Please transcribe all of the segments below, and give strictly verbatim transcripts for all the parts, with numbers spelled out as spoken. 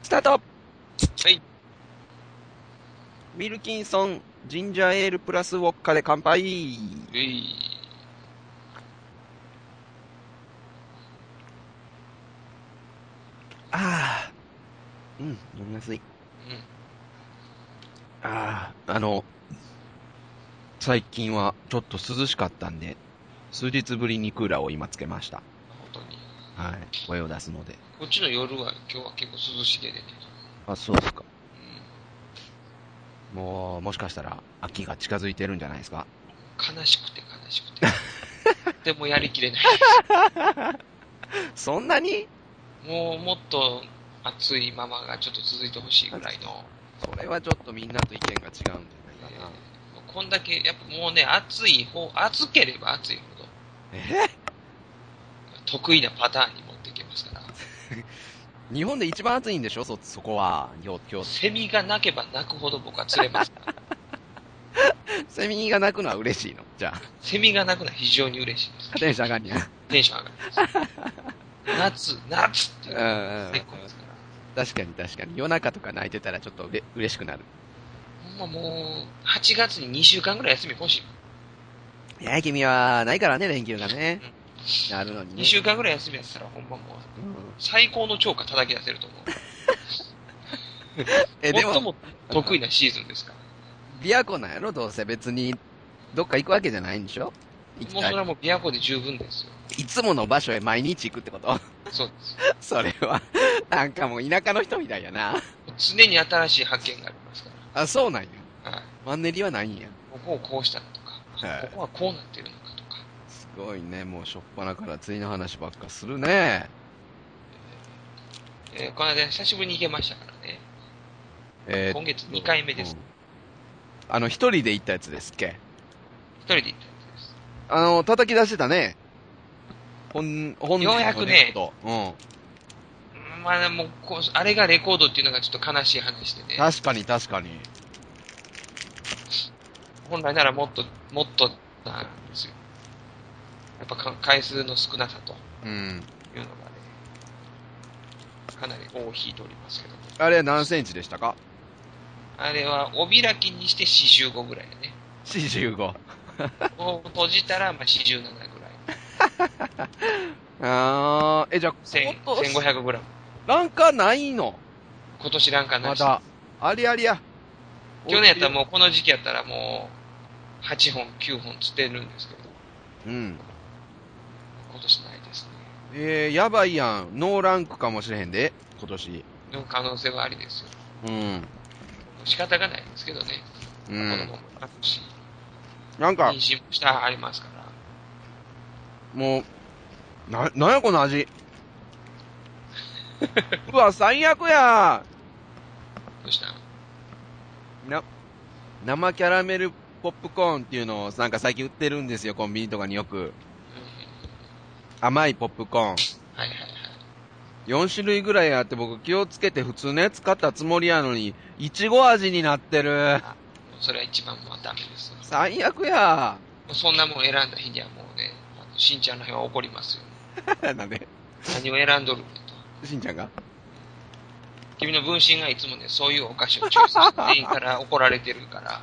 スタート。 はい。 ウィルキンソンジンジャーエールプラスウォッカで乾杯。 うい。 ああ、うん、飲みやすい。 うん。 ああ、あの、最近はちょっと涼しかったんで、数日ぶりにクーラーを今つけました。 本当に。 はい、声を出すので。 こっちの夜は今日は結構涼しげでね。 あ、そうですか。 うもう、もしかしたら秋が近づいてるんじゃないですか。 ん。悲しくて悲しくて。でもやりきれない。 そんなに？ もうもっと暑いままがちょっと続いてほしいぐらいの。 それはちょっとみんなと意見が違うんじゃないかな。 えー、こんだけ、やっぱもうね、暑い方、暑ければ暑いほど、 え得意なパターンに持っていけますから。 日本で一番暑いんでしょ、そ、そこは。今日、今日。 セミが鳴けば鳴くほど僕は釣れますから。 セミが鳴くのは嬉しいのじゃあ。 セミが鳴くのは非常に嬉しいです。 テンション上がんにゃ。 テンション上がります。夏、夏っていうのが最高ですから。 確かに確かに。夜中とか泣いてたらちょっとうれ嬉しくなる。 ほんまもう、はちがつににしゅうかんぐらい休み欲しい。 いや、君はないからね、連休がね。あるのにね。 にしゅうかんぐらい休みやったらほんまもう、最高の超過叩き出せると思う。 え、でも、 最も得意なシーズンですから。 琵琶湖なんやろ、どうせ別に、どっか行くわけじゃないんでしょ。行きたい。 もうそれはもう琵琶湖で十分ですよ。 いつもの場所へ毎日行くってこと？ そうです。 それは、なんかもう田舎の人みたいやな。 常に新しい発見がありますかあ、そうなんや。 ら。はい。 マンネリはないんや。 ここをこうしたとか、 はい。 ここはこうなってるのかとか。 すごいね、もうしょっぱなから釣りの話ばっかするね。 えー、この間久しぶりに行けましたからね。 えー、 今月にかいめです。 うん、あの、一人で行ったやつですっけ？ 一人で行ったやつです。 あの、叩き出してたね。本、本ようやくね、 うん。 まあもうこう、あれがレコードっていうのがちょっと悲しい話でね。 確かに確かに。 本来ならもっと、もっとなんですよ。やっぱ回数の少なさとうん。 いうのがね、かなり尾を引いておりますけども。 あれ何センチでしたか？ あれは、お開きにしてよんじゅうごぐらいだね。 よんじゅうご。 を閉じたら、まあ、よんじゅうななぐらい。 あー、え、じゃあ、 せん せんごひゃくグラム。 ランカーないの？ 今年ランカーなし。 また。ありありや。 去年やったらもう、この時期やったらもう、はっぽん、きゅっぽん釣ってるんですけど。 うん。 今年ないですね。 えー、やばいやん。ノーランクかもしれへんで、今年。 の可能性はありですよ。 うん。 仕方がないですけどね。 う子ん。 供もあるし、 なんか妊、娠もしたありますから。 もう、な、なんやこの味。うわ、最悪や。 どうしたん？ な、生キャラメルポップコーンっていうのをなんか最近売ってるんですよ、コンビニとかによく。 うん、 甘いポップコーン。 はいはいはい。 よん種類ぐらいあって僕気をつけて普通のやつ買ったつもりやのに、いちご味になってる。 あ、それは一番もうダメですよ。 最悪や。 もうそんなもん選んだ日にはもうね、あのしんちゃんの辺は怒りますよ。 なんで、 何を選んどるんだと。 しんちゃんが君の分身がいつもね、そういうお菓子をチョイスして全員から怒られてるから。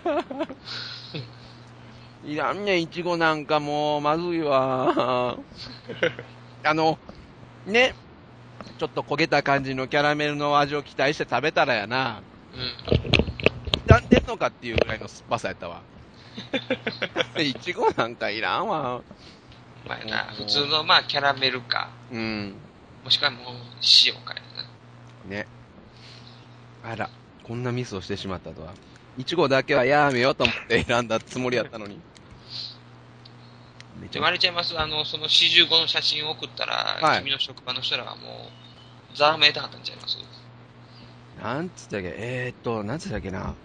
いらんねん、いちごなんかもう、まずいわ。あの、ね、ちょっと焦げた感じのキャラメルの味を期待して食べたらやな。 うん。 傷んでんのかっていうぐらいの酸っぱさやったわ。いちごなんかいらんわ。 まあな、普通のまあキャラメルか、 うん。 もしくはもう塩かやな。 ね。あら、こんなミスをしてしまったとは。いちごだけはやめようと思って選んだつもりやったのに。めちゃ言われちゃいます。あの、そのよんじゅうごの写真を送ったら、 はい君の職場の人らはもう、ざわめいたはったんちゃいます？ なんつったっけ、えーっと、なんつったっけな。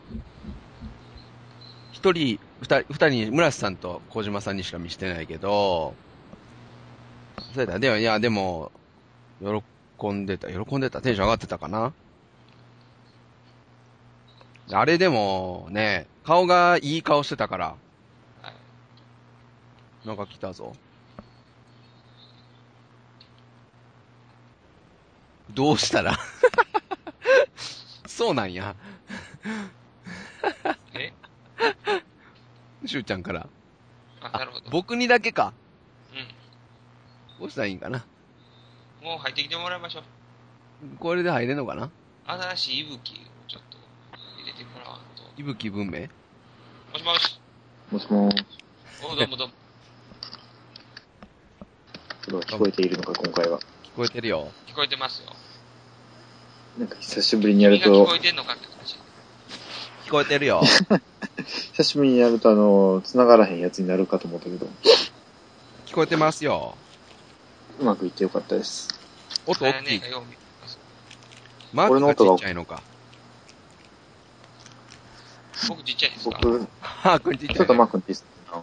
一人、二人、二人に、村瀬さんと小島さんにしか見してないけど、そうだ、でも、いや、でも、喜んでた、喜んでた、テンション上がってたかな。あれでも、ね、顔がいい顔してたから、 はい。 なんか来たぞ。どうしたらそうなんや。 えしゅうちゃんから。 あ、なるほど。 僕にだけか。 うどうしたらいいんかな。 ん。もう入ってきてもらいましょう。 これで入れんのかな。 新しい息吹をちょっと入れてもらわんと。 いぶき文明。 もしもし。 もしもーし。 おどうもどうも。 どう聞こえているのか、今回は。 聞こえてるよ。 聞こえてますよ。 なんか久しぶりにやると君が聞こ、えてんのかって話。 聞こえてるよ。 久しぶりにやるとあの、繋がらへんやつになるかと思ったけど、 聞こえてますよ。 うまくいってよかったです。 音大きいねが。よう見てますマークがちっちゃいのか。 僕ちっちゃいですか？ 僕、 あ、こんちっちゃい、ね。 ちょっとマークにですな。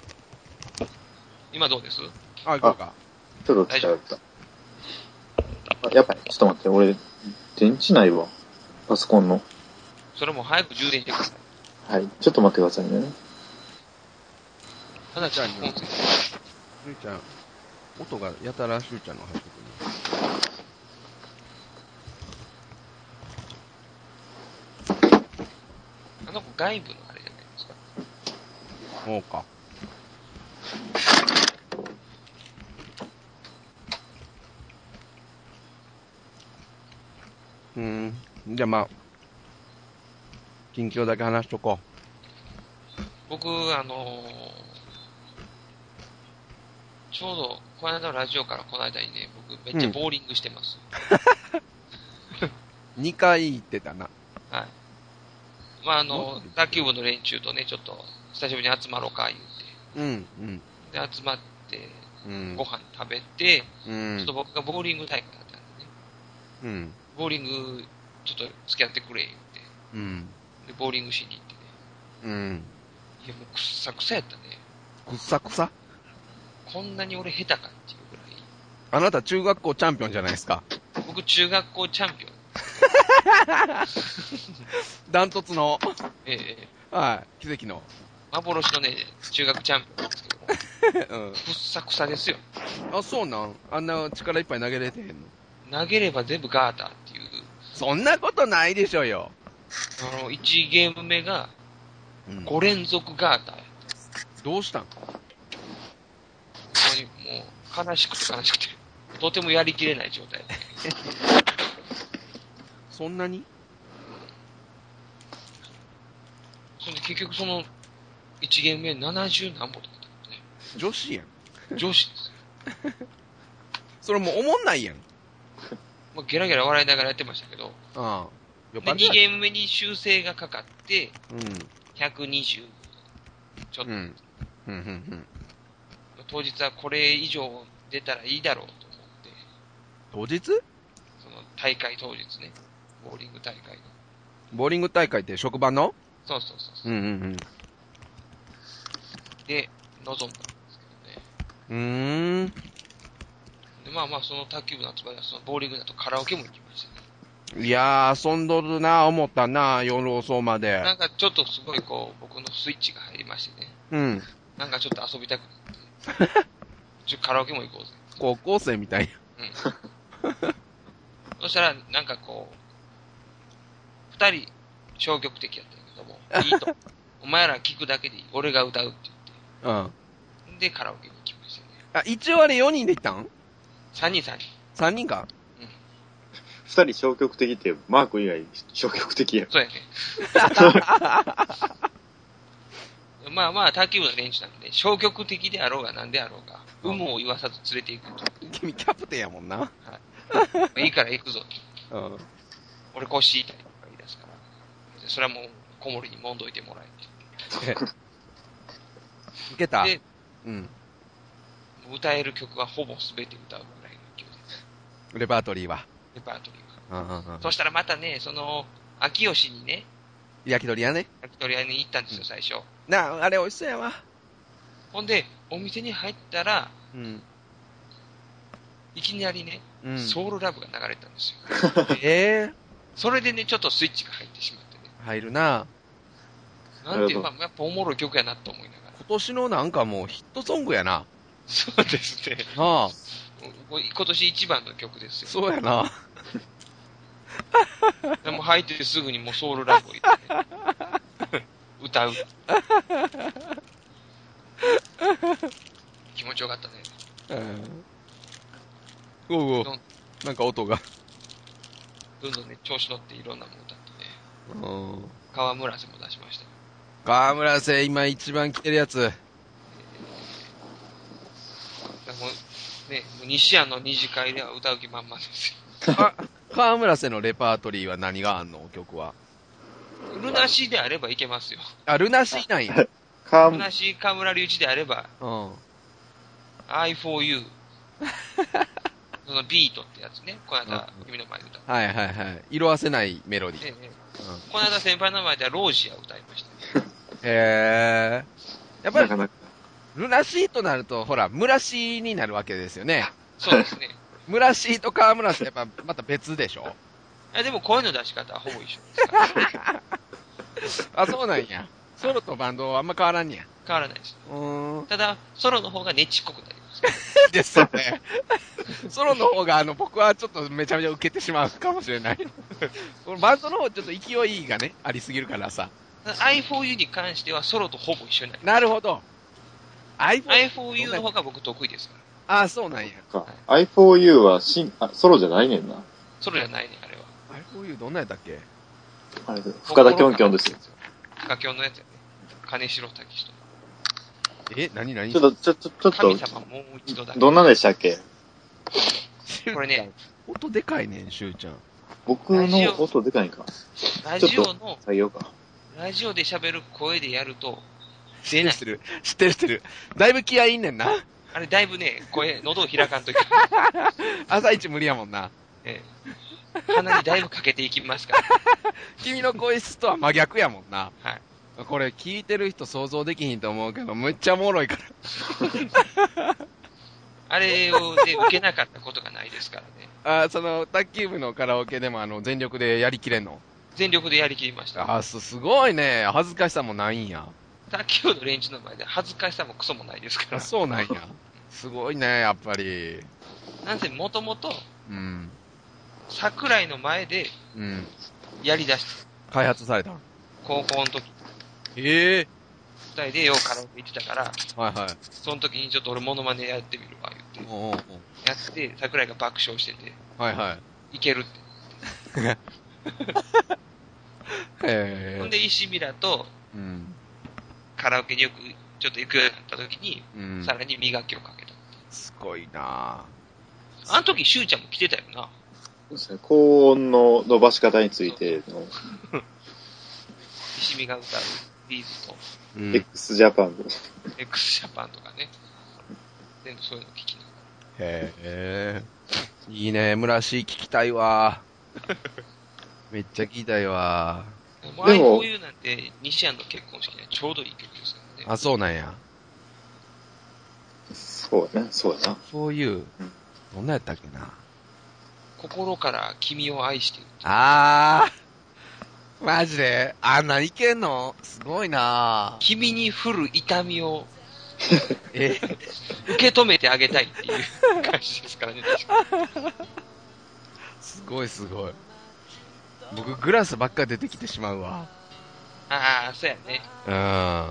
今どうです？ あ、こうか。 ちょっと違った。あ、やばい。ちょっと待って、俺、電池ないわ。パソコンの。 それも早く充電してください。 はい。ちょっと待ってくださいね。 ただちゃんに音声。 しゅうちゃん、音がやたらしゅうちゃんの入ってくあの子外部のあれじゃないですか。 る。そうか。うーん。じゃあまあ、近況だけ話しとこ僕、あのー、ちょうど、この間のラジオからこの間にね、僕めっちゃボーリングしてます。 う。にかい行ってたな。 はい。まあ、あの、卓球部の連中とね、ちょっと、久しぶりに集まろうか、言うて。 うん、うん。 で、集まって、 うん。 ご飯食べて、 うん。 ちょっと僕がボーリング大会だったんでね、 うん。 ボーリング、ちょっと付き合ってくれ、言うて。 うん。 で、ボーリングしに行ってね。 うん。 いや、もうくっさくさやったね。 くっさくさ。 こんなに俺下手かっていうぐらい。 あなた中学校チャンピオンじゃないですか。 僕、中学校チャンピオン。 ダントツの。 ええはい。奇跡の。 幻のね、中学チャンピオンですけども。 うん。 くっさくさですよ。 あ、そうなん？あんな力いっぱい投げれてへんの？ 投げれば全部ガーターっていう。 そんなことないでしょよ。 あの、いちゲーム目がうんご連続ガーターや。 どうしたん？ 本当にもう、悲しくて悲しくて。とてもやりきれない状態。 そんなに？ そんで結局その、いちゲーム目ななじゅう何歩とかだったね。 女子やん。 女子ですよ。 それもうおもんないやん。 まあ、ゲラゲラ笑いながらやってましたけど、 ああ。よで、にゲーム目に修正がかかって、ひゃくにじゅうちょっと、 うん。うん。うん、うん、うん。 当日はこれ以上出たらいいだろうと思って、 当日？ その大会当日ね、ボーリング大会の。 ボーリング大会って職場の？ そうそうそうそう、 うん、うん、うん。 で、臨んだんですけどね。 うーん。 で、まあまあ、その卓球部の集まりは、そのボーリングだとカラオケも行きましたね。 いやー、遊んどるな、思ったな、夜遅まで。 なんかちょっとすごいこう、僕のスイッチが入りましてね。 うん。 なんかちょっと遊びたくなって。ちょカラオケも行こうぜ。 高校生みたいうん。そしたら、なんかこう、二人消極的やったんやけども、いいと。お前ら聞くだけでいい。俺が歌うってな。うん。 言って。で、カラオケに行きましたね。 あ、一応あれよにんで行ったん？ 三人三人。 さんにんか。 二人消極的って、マーク以外消極的や。 そうやね。まあまあ、卓球部の連中なんで、消極的であろうが何であろうが、有無を言わさず連れて行くと。 君キャプテンやもんな。 はい。いいから行くぞと。 うん。 俺腰痛いとか言い出すから。でそれはもう、小森にもんどいてもらえって。 受けた？ で、 うん。 歌える曲はほぼ全て歌うぐらいの勢いです。 レパートリーは。 レパートリーは。 うんうんうん。 そしたらまたね、その、秋吉にね、 焼き鳥屋ね。 焼き鳥屋に行ったんですよ、最初。 なあ、あれ美味しそうやわ。 ほんで、お店に入ったら、 うん。 いきなりね、 うん。 ソウルラブが流れたんですよ。 ええそれでね、ちょっとスイッチが入ってしまってね。 ー、入るな。 なんていうか、やっぱおもろい曲やなと思いながら。 今年のなんかもうヒットソングやな。 そうですね。 ああ。 今年一番の曲ですよ。 そうやな。 でもも入ってすぐにもうソウルラブを言って、ね、歌う。気持ちよかったね。 うん。おうおう。なんか音が。 どんどんね、調子乗っていろんなもの歌ってね。 うん。 川村瀬も出しました。 川村瀬、今一番来てるやつ。 もう、ね、もう西谷の二次会では歌う気満々ですよ。 あ、川村瀬のレパートリーは何があんの曲は。 ルナシーであればいけますよ。 あ、ルナシーなんや。 ルナシー河村隆一であれば、 うん。 I for you。そのビートってやつね。この間、君の前で歌った。 はいはいはい。色褪せないメロディー。 ねえねえうん、この間先輩の前ではロージアを歌いました、ね。 へー。やっぱり、 なかなかルナシーとなると、ほら、村シーになるわけですよね。 そうですね。 村シーと川村シーやっぱまた別でしょ。 いやでも声の出し方はほぼ一緒ですから。 あ、そうなんや。ソロとバンドはあんま変わらんや。 変わらないです。 うーん。 ただ、ソロの方がネチっこくなります。 ですよね。ソロの方が、あの、僕はちょっとめちゃめちゃ受けてしまうかもしれない。このバンドの方ちょっと勢いがね、ありすぎるからさ。 I for you に関してはソロとほぼ一緒になります。 なるほど。 I for you の方が僕得意ですから。 ああ、そうなんや。 か。アイフォーユー はしんあソロじゃないねんな。 ソロじゃないね、あれは。 アイフォーユー どんなんやったっけ。 あれ、深田きょんきょんですよ。 深きょんのやつやね。金城武史と。 え、なになにちょっと、ちょ、ちょ、ちょっ神と、 様もう一度だけ。 どんなんでしたっけ？ これね。 音でかいねん、しゅうちゃん。 僕の音でかいんか。 ラジオの、 採用か。 ラジオで喋る声でやると、出ない。 知ってる、知ってる、知ってる。だいぶ気合いいんねんな。 あれだいぶね、声、喉を開かんといけない。 朝一無理やもんな。 ええ。鼻にだいぶかけていきますから。 君の声質とは真逆やもんな。 はい。 これ聞いてる人想像できひんと思うけど、むっちゃおもろいから。 あれをね、受けなかったことがないですからね。 あ、その、卓球部のカラオケでもあの、全力でやりきれんの？ 全力でやりきりました。 あ、す、すごいね。恥ずかしさもないんや。 卓球部の連中の前で恥ずかしさもクソもないですから。 あ、そうなんや。すごいね、やっぱり。 なんせ、もともと、 うん。 桜井の前で、 うん。 やり出して、 開発された。 高校の時。 ええ二人でようカラオケ行ってたから、 はいはい。 その時にちょっと俺モノマネやってみるわ、言って。 おうおうおうやって、桜井が爆笑してて、 はいはい。 いけるって。 へえ。 ほんで、石ミラとうん。 カラオケによくちょっと行くようになった時に、 うん。 さらに磨きをかけた。 すごいなあの時、しゅうちゃんも来てたよな。 そうですね。高音の伸ばし方についての、 石見が歌うビーズと、 うん。 X ジャパンの。 X ジャパンとかね。全部そういうの聞きながへえ。いいね、村シー聞きたいわ。めっちゃ聞きたいわ。 ら。もう、アイフォーユー なんて、西安の結婚式にはちょうどいい曲ですからね。 あ、そうなんや。 そうやね。そうやな。 そういう、どんなやったっけな。 心から君を愛してる。 あー。マジであんないけんのすごいな君に降る痛みをえ受け止めてあげたいっていう感じですからね、確かに。 すごいすごい。僕グラスばっか出てきてしまうわ。 ああ、そうやね。 うん。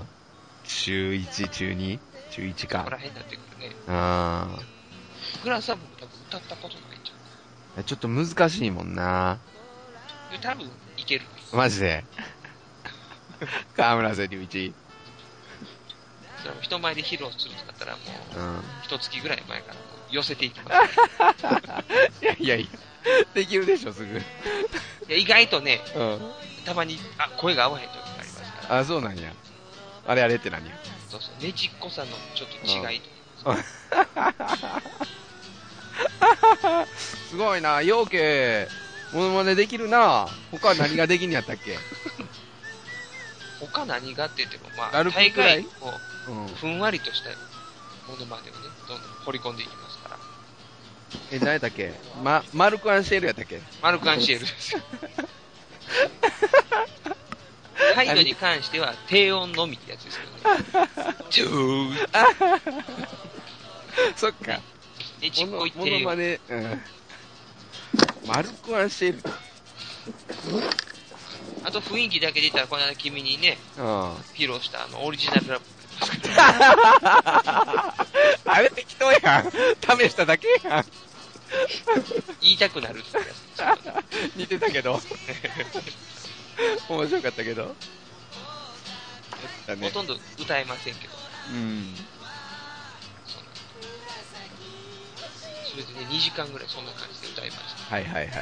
中いち、中に、中いちか。 ここら辺になってくるね。 うん。 グラスは僕多分歌ったことないんちゃう。 ちょっと難しいもんな。 で多分いける。 マジで。河村瀬隆一。 それも人前で披露するんだったらもう、 うん。 一月ぐらい前から寄せていきます、ね。 いやいやいや、できるでしょ、すぐ。 いや意外とね、 うん。 たまに、あ、声が合わへん時がありますから。 あ、そうなんや。あれあれって何や。 そうそう、ねちっこさのちょっと違いとうん。すごいな、ようけ、モノマネできるな。他何ができんやったっけ。 他何がって言っても、まあ、 なる大くらい概、こうん。 う、ふんわりとしたものまでをね、どんどん掘り込んでいきますから。 え、何やったっけ。ま、マルクアンシェルやったっけ。 マルクアンシエルですよ。態度に関しては低音のみってやつですけどね。 そっか。 ねちっこいモノ低音。 マネ、うん。マルクアンシェル。 あと雰囲気だけで言ったら、この間君にね、 うん。 披露したあの、オリジナルラップあれ適当やん。試しただけやん。 言いたくなるってやつ。 似てたけど。面白かったけど。だね、 ほとんど歌えませんけど。 うん。 それでね、にじかんぐらいそんな感じで歌いました。 はいはいはい。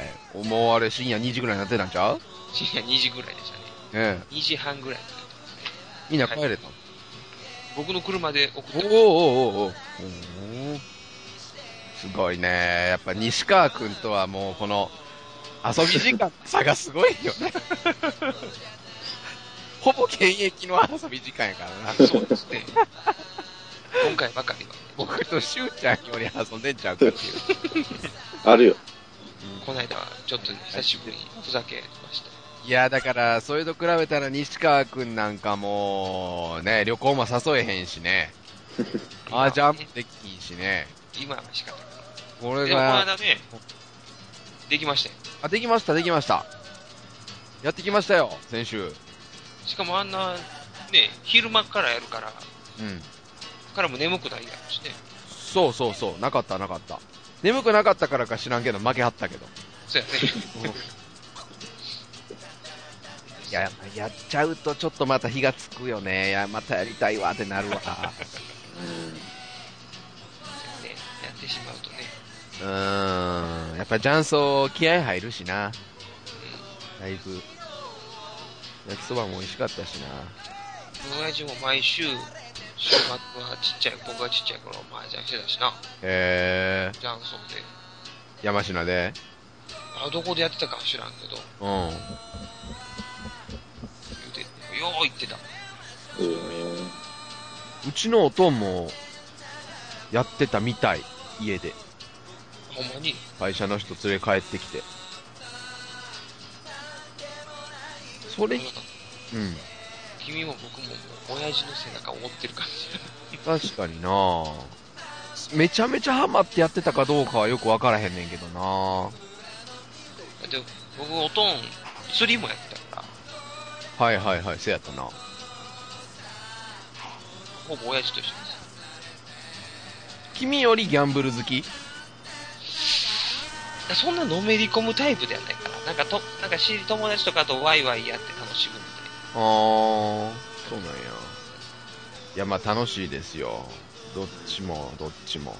もうあれ深夜にじぐらいになってたんちゃう？ 深夜にじぐらいでしたね。 ええ。 にじはんぐらいになってますね。 みんな帰れた、はい、 僕の車で送っておーおーおーおーおーすごいね。やっぱ西川くんとはもうこの遊び時間の差がすごいよね。ほぼ現役の遊び時間やからな。 そうですね。今回ばかりは、ね、 僕としゅうちゃんより遊んでんちゃうかっていう。 あるよ。 うん、この間はちょっと、ね、久しぶりにふざけました。 いや、だから、それと比べたら西川くんなんかもう、ね、旅行も誘えへんしね。あージャンプできひんしね。 今は仕方ない。 これが。 でもこの間ね、できましたよ。 あ、できました、できました。やってきましたよ、先週。 しかもあんな、ね、昼間からやるから、 うん。 からも眠くないやろしね。 そうそうそう、なかったなかった。眠くなかったからか知らんけど、負けはったけど。 そうやね。 いや、やっちゃうとちょっとまた火がつくよね。いや、またやりたいわってなるわ。 ね、やってしまうとね。 うーん。やっぱ雀荘気合入るしな。うん。だいぶ。焼きそばも美味しかったしな。 親父も毎週、週末はちっちゃい、僕がちっちゃい頃麻雀してたしな。 へぇー。 雀荘で。 山科で。 あ、どこでやってたか知らんけど。 うん。 言うて、よう言ってた。 えー、 うちのおとんも、やってたみたい、家で。 ほんまに会社の人連れ帰ってきて。それ、うん。 君も僕ももう親父の背中を追ってる感じ。 確かになぁ。めちゃめちゃハマってやってたかどうかはよくわからへんねんけどなぁ。 で、僕おとん、釣りもやってたから。 はいはいはい、せやったな。 ほぼ親父と一緒です。 君よりギャンブル好き？ そんなのめり込むタイプではないから。なんかと、なんか知り友達とかとワイワイやって楽しむみたいな。 あー、そうなんや。いや、まあ楽しいですよ。どっちも、どっちも。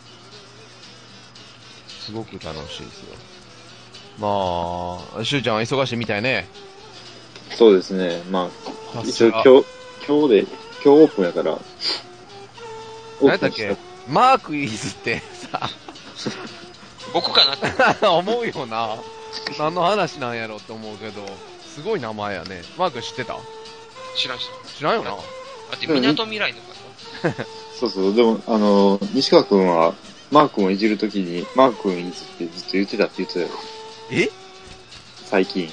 すごく楽しいですよ。まあ、しゅうちゃんは忙しいみたいね。 そうですね。まあ、一応今日、今日で、今日オープンやから。 何だっけマークイズってさ、 僕かなって思うよな。何の話なんやろって思うけど、すごい名前やね。マーク知ってた？ 知らんし。 知らんよな。だって港未来の方。 そうそう、でも、あの、西川くんは、マー君をいじるときに、マー君いじってずっと言ってたって言ってたよ。 え？ 最近。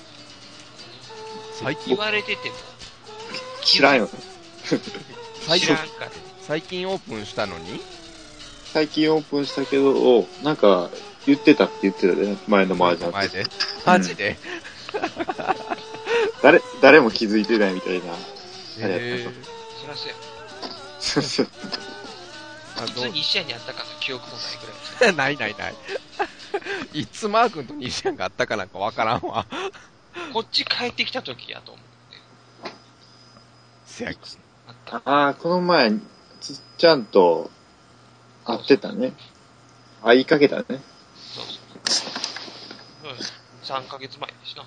最近言われてても。 知らんよ。 知らんから。 最近オープンしたのに？ 最近オープンしたけど、なんか、言ってたって言ってたで、前の麻雀。 前でマジで、 うん、誰、誰も気づいてないみたいな。 あれやった。そらそうや。 そうそう。 いつ西谷にあったかの記憶もないぐらいですね。 ないないない。いつマー君と西谷があったかなんかわからんわ。 こっち帰ってきた時やと思う、ね。 せやき。 ああ、この前、つっちゃんと会ってたね。会いかけたね。そうそう。うん。さんかげつまえでしな、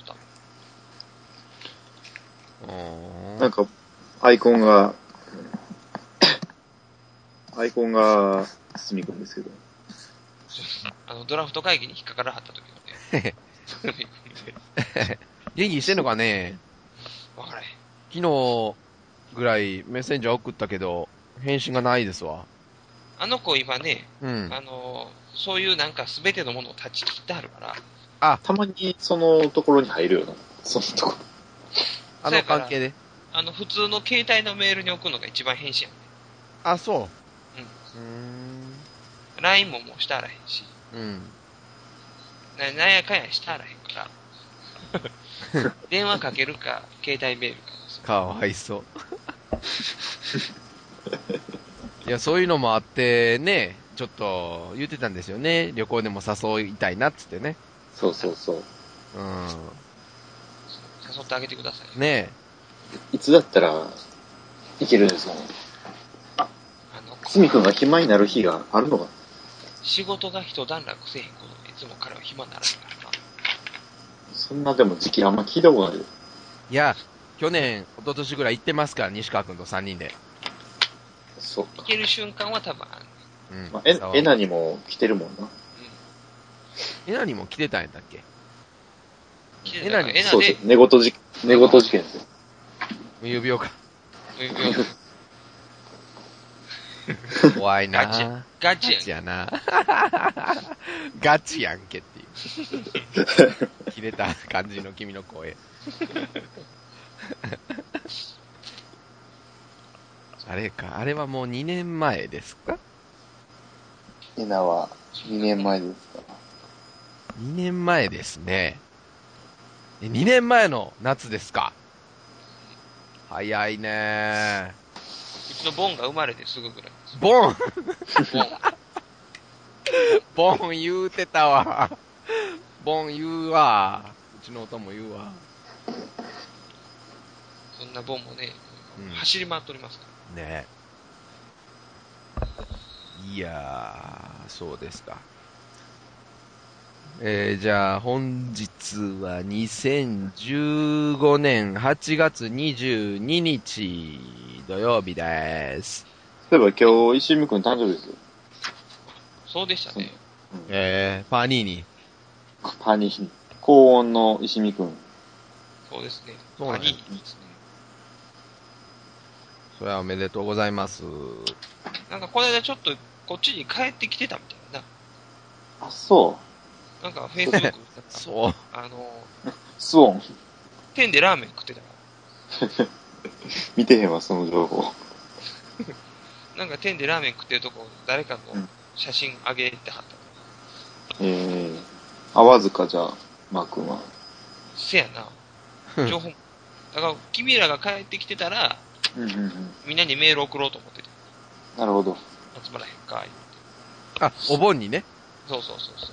多分。なんか、アイコンが、アイコンが、すみくんですけど。 あの、ドラフト会議に引っかからはった時のね。 元気してんのかね？ わからへん。 昨日ぐらいメッセンジャー送ったけど、返信がないですわ。 あの子今ね、 うん、 あの、そういうなんか全てのものを断ち切ってあるから。 あ、たまにそのところに入るよな。そのところ。 あの関係で。 あの、普通の携帯のメールに送るのが一番返信やね。 あ、そう。うん。 うーん。ライン ももうしたらへんし。 うん。 な、なんやかんやしたらへんから。 電話かけるか、携帯メールかです。 かわいそう。いや、そういうのもあってね、ちょっと言ってたんですよね。旅行でも誘いたいなっつってね。 そうそうそう。 う誘ってあげてください。 ん。ねいつだったら、いけるんですかね。 あの、 すみくんが暇になる日があるのかな。 仕事が一段落せえへんことで、いつも彼は暇にならないからな。 そんなでも時期あんま聞いたことないよ。 いや、去年、一昨年ぐらい行ってますから、西川くんとさんにんで。 そうか。 行ける瞬間は多分ある。 うん。 まあ、え、 そうえなにも来てるもんな。 えなにも来てたんやったっけ？ 来てえなにたからえなでそうそう。寝言じ、寝言事件ですよ。 指輪か。 うんうん怖いなガチガチやんガチやなガチやんけっていう。切れた感じの君の声。あれか、あれはもうにねんまえですか？ えなはにねんまえですか。 にねんまえですね。え、にねんまえの夏ですか？早いねうちのボンが生まれてすぐぐらいです。 ボンボン。 ボン言うてたわ。ボン言うわ。うちの音も言うわ。 そんなボンもね、 うん走り回っておりますから。 ねえ。いやー、そうですか。えー、じゃあ、本日はにせんじゅうごねんはちがつにじゅうににち土曜日です。 そういえば今日、石見くん誕生日ですよ。 そうでしたね。 えー、パーニーニ。 パニー。高音の石見くん。 そうですね。 そうなんやパニーニですね。 それはおめでとうございます。 なんかこの間ちょっとこっちに帰ってきてたみたいな。 あ、そなんかフェイスブックそう。 あの、 う。スウォン。 店でラーメン食ってたか見てへんわ、その情報。 ら。なんか店でラーメン食ってるとこ、誰かのうん写真あげてはった。 えー、あわずかじゃあ、マー君は。 せやな。情報。だから君らが帰ってきてたら、 うんうんうん。 みんなにメール送ろうと思ってて。 なるほど。 集まらへんかい。 あ、お盆にね。 そうそうそうそう。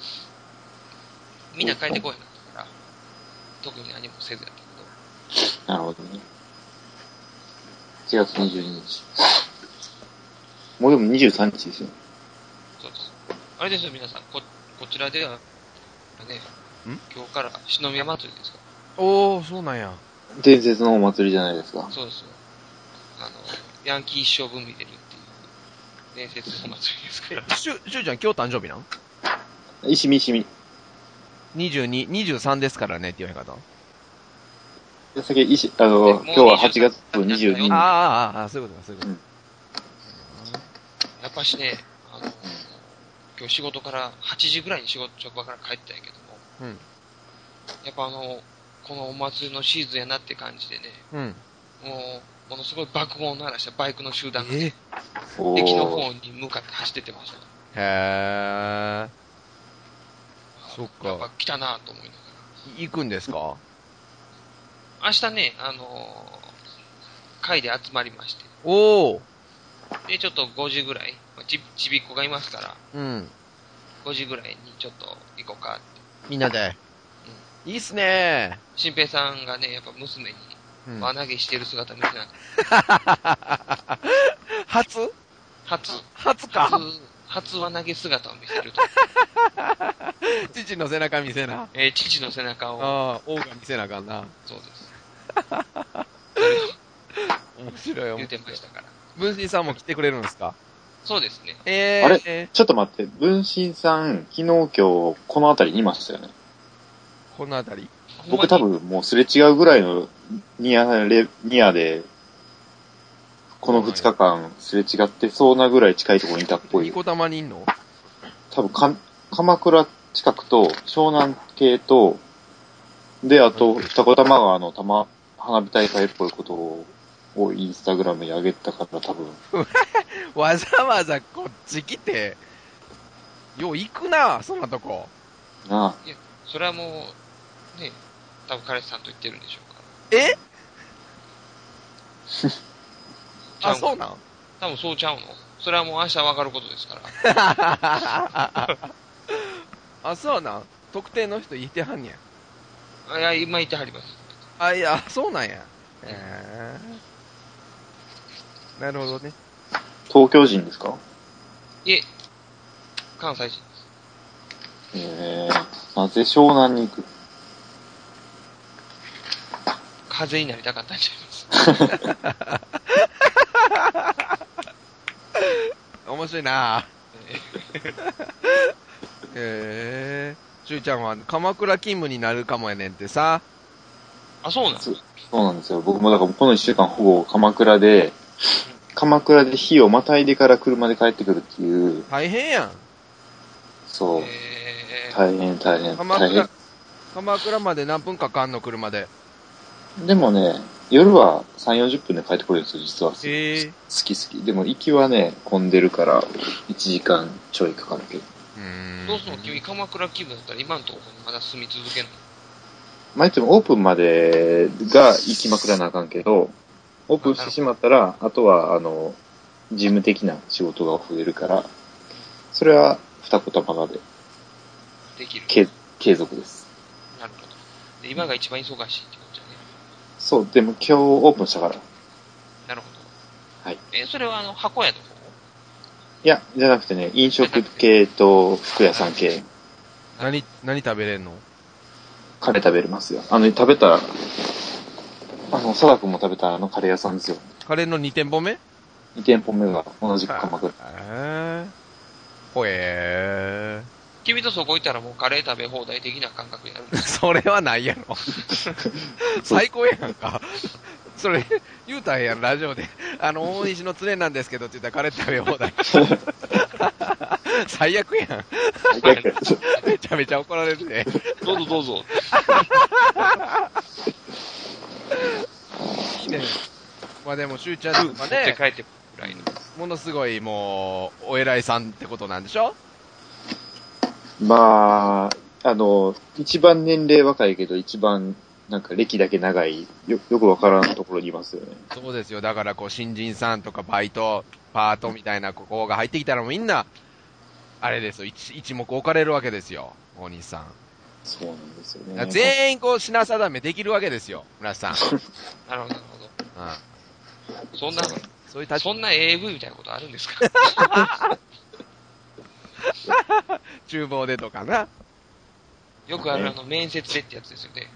みんな帰ってこいなったから、特に何もせずやったけど。 なるほどね。しちがつにじゅうににち。もうでもにじゅうさんにちですよ。 そうです。あれですよ、皆さん。こ、こちらでは、ね、 ん今日から篠宮祭りですかおー、そうなんや。 伝説のお祭りじゃないですか。 そうですよ。あの、ヤンキー一生分見てるっていう、伝説のお祭りですから。 しゅ、しゅうちゃん今日誕生日なん石見石見。 にじゅうに、にじゅうさんですからねって言わへんかった先、石、あの、 もう今日ははちがつにじゅうににち。 ああ、ああ、ああ、そういうことか、そういうことか。 やっぱしね、あの、今日仕事から、はちじぐらいに仕事、職場から帰ってたんやけども、 うん。 やっぱあの、このお祭りのシーズンやなって感じでね、 うん。 もう、ものすごい爆音を鳴らしたバイクの集団が、 えお駅のー。 方に向かって走ってってましたね。 へー。そっやっぱか。 来たなと思いなが行くんですか？ ら。明日ね、あのー、会で集まりまして。 おー。 で、ちょっとごじぐらい、まあち、ちびっこがいますから、 うん。 ごじぐらいにちょっと行こうかって。 みんなで。いいっすね新平さんがね、やっぱ娘にー。うん。 輪投げしてる姿見せなかった。 初初、 初か初、初輪投げ姿を見せると。 父の背中見せな。 えー父の背中を、 ああ、王が見せなあかんな。 そうです。それを面白い面言って白い。 ましたから。 分身さんも来てくれるんですか？ そうですね。 えー、 あれえちょっと待って、分身さん、昨日今日、この辺りにいましたよね。 ー、このあたり。 僕多分もうすれ違うぐらいのニアレ、ニアで、このふつかかんすれ違ってそうなぐらい近いところにいたっぽい。 ニコ玉にいんの？ 多分か、鎌倉近くと湘南系と、で、あと、二子玉川の玉、花火大会っぽいことを、をインスタグラムに上げたから多分。 わざわざこっち来て、よう行くな、そんなとこ。 なあ。 いや、それはもう、ね、 多分彼氏さんと言ってるんでしょうから。 えあ、そうなん多分そうちゃうの。それはもう明日わかることですから。 あ、そうなん特定の人いてはんや。 あ、いや、今いてはります。 あ、いや、そうなんや。へー。なるほどね。 東京人ですか？ いえ、関西人です。 えー、なぜ湘南に行く？ 風になりたかったんちゃいます。 面白いなぁ。へぇー。しゅうちゃんは鎌倉勤務になるかもやねんってさ。 あ、そうなんそうそうなんですよ。僕もだからこの一週間ほぼ鎌倉で、鎌倉で日をまたいでから車で帰ってくるっていう。 大変やん。 そう。 えー、 大変大変。 鎌倉大変。、 鎌倉まで何分かかんの車で。 でもね、夜はさん、よんじゅっぷんで帰ってくるんですよ、実は。 へー。 好き好き。でも行きはね、混んでるからいちじかんちょいかかるけど。 うーん。 どうすんの君、鎌倉気分だったら今のところにまだ住み続けんの？ まあ、いつもオープンまでが行きまくらなあかんけど、オープンしてしまったら、あとは、あの、事務的な仕事が増えるから、それは二言ままでできる。 継継続です。 なるほど。で、今が一番忙しいってことじゃね。 そう、でも今日オープンしたから。 なるほど。 はい。 え、それはあの、箱屋の方？ いや、じゃなくてね、飲食系と服屋さん系。 何、何食べれんの？ カレー食べれますよ。あの、食べた、あの、佐田くんも食べたあのカレー屋さんですよ。 カレーのに店舗目？ に 店舗目が同じく鎌倉。 へー。ほえ君とそこ行ったらもうカレー食べ放題的な感覚になるんでー。 すそれはないやろ。最高やんか。それ、言うたらええやん、ラジオで。あの、大西の連れなんですけどって言ったらカレー食べ放題。最悪やん。めちゃめちゃ怒られるで。 どうぞどうぞ。 いいね。まあでも、しゅうちゃんとかね、 持って帰ってぐらいの。 ものすごいもう、お偉いさんってことなんでしょ？ まあ、あの、一番年齢若いけど、一番、なんか歴だけ長い、よ、よくわからんところにいますよね。 そうですよ。だからこう、新人さんとかバイト、パートみたいな子が入ってきたらもうみんな、あれですよ、一一目置かれるわけですよ、大西さん。 そうなんですよね。 全員こう品定めできるわけですよ、村さん。 なるほど、なるほど。 うん。 そんな、 そういう立ちそんな エーブイ みたいなことあるんですか？ 厨房でとかな。 よくあるあの、面接でってやつですよね。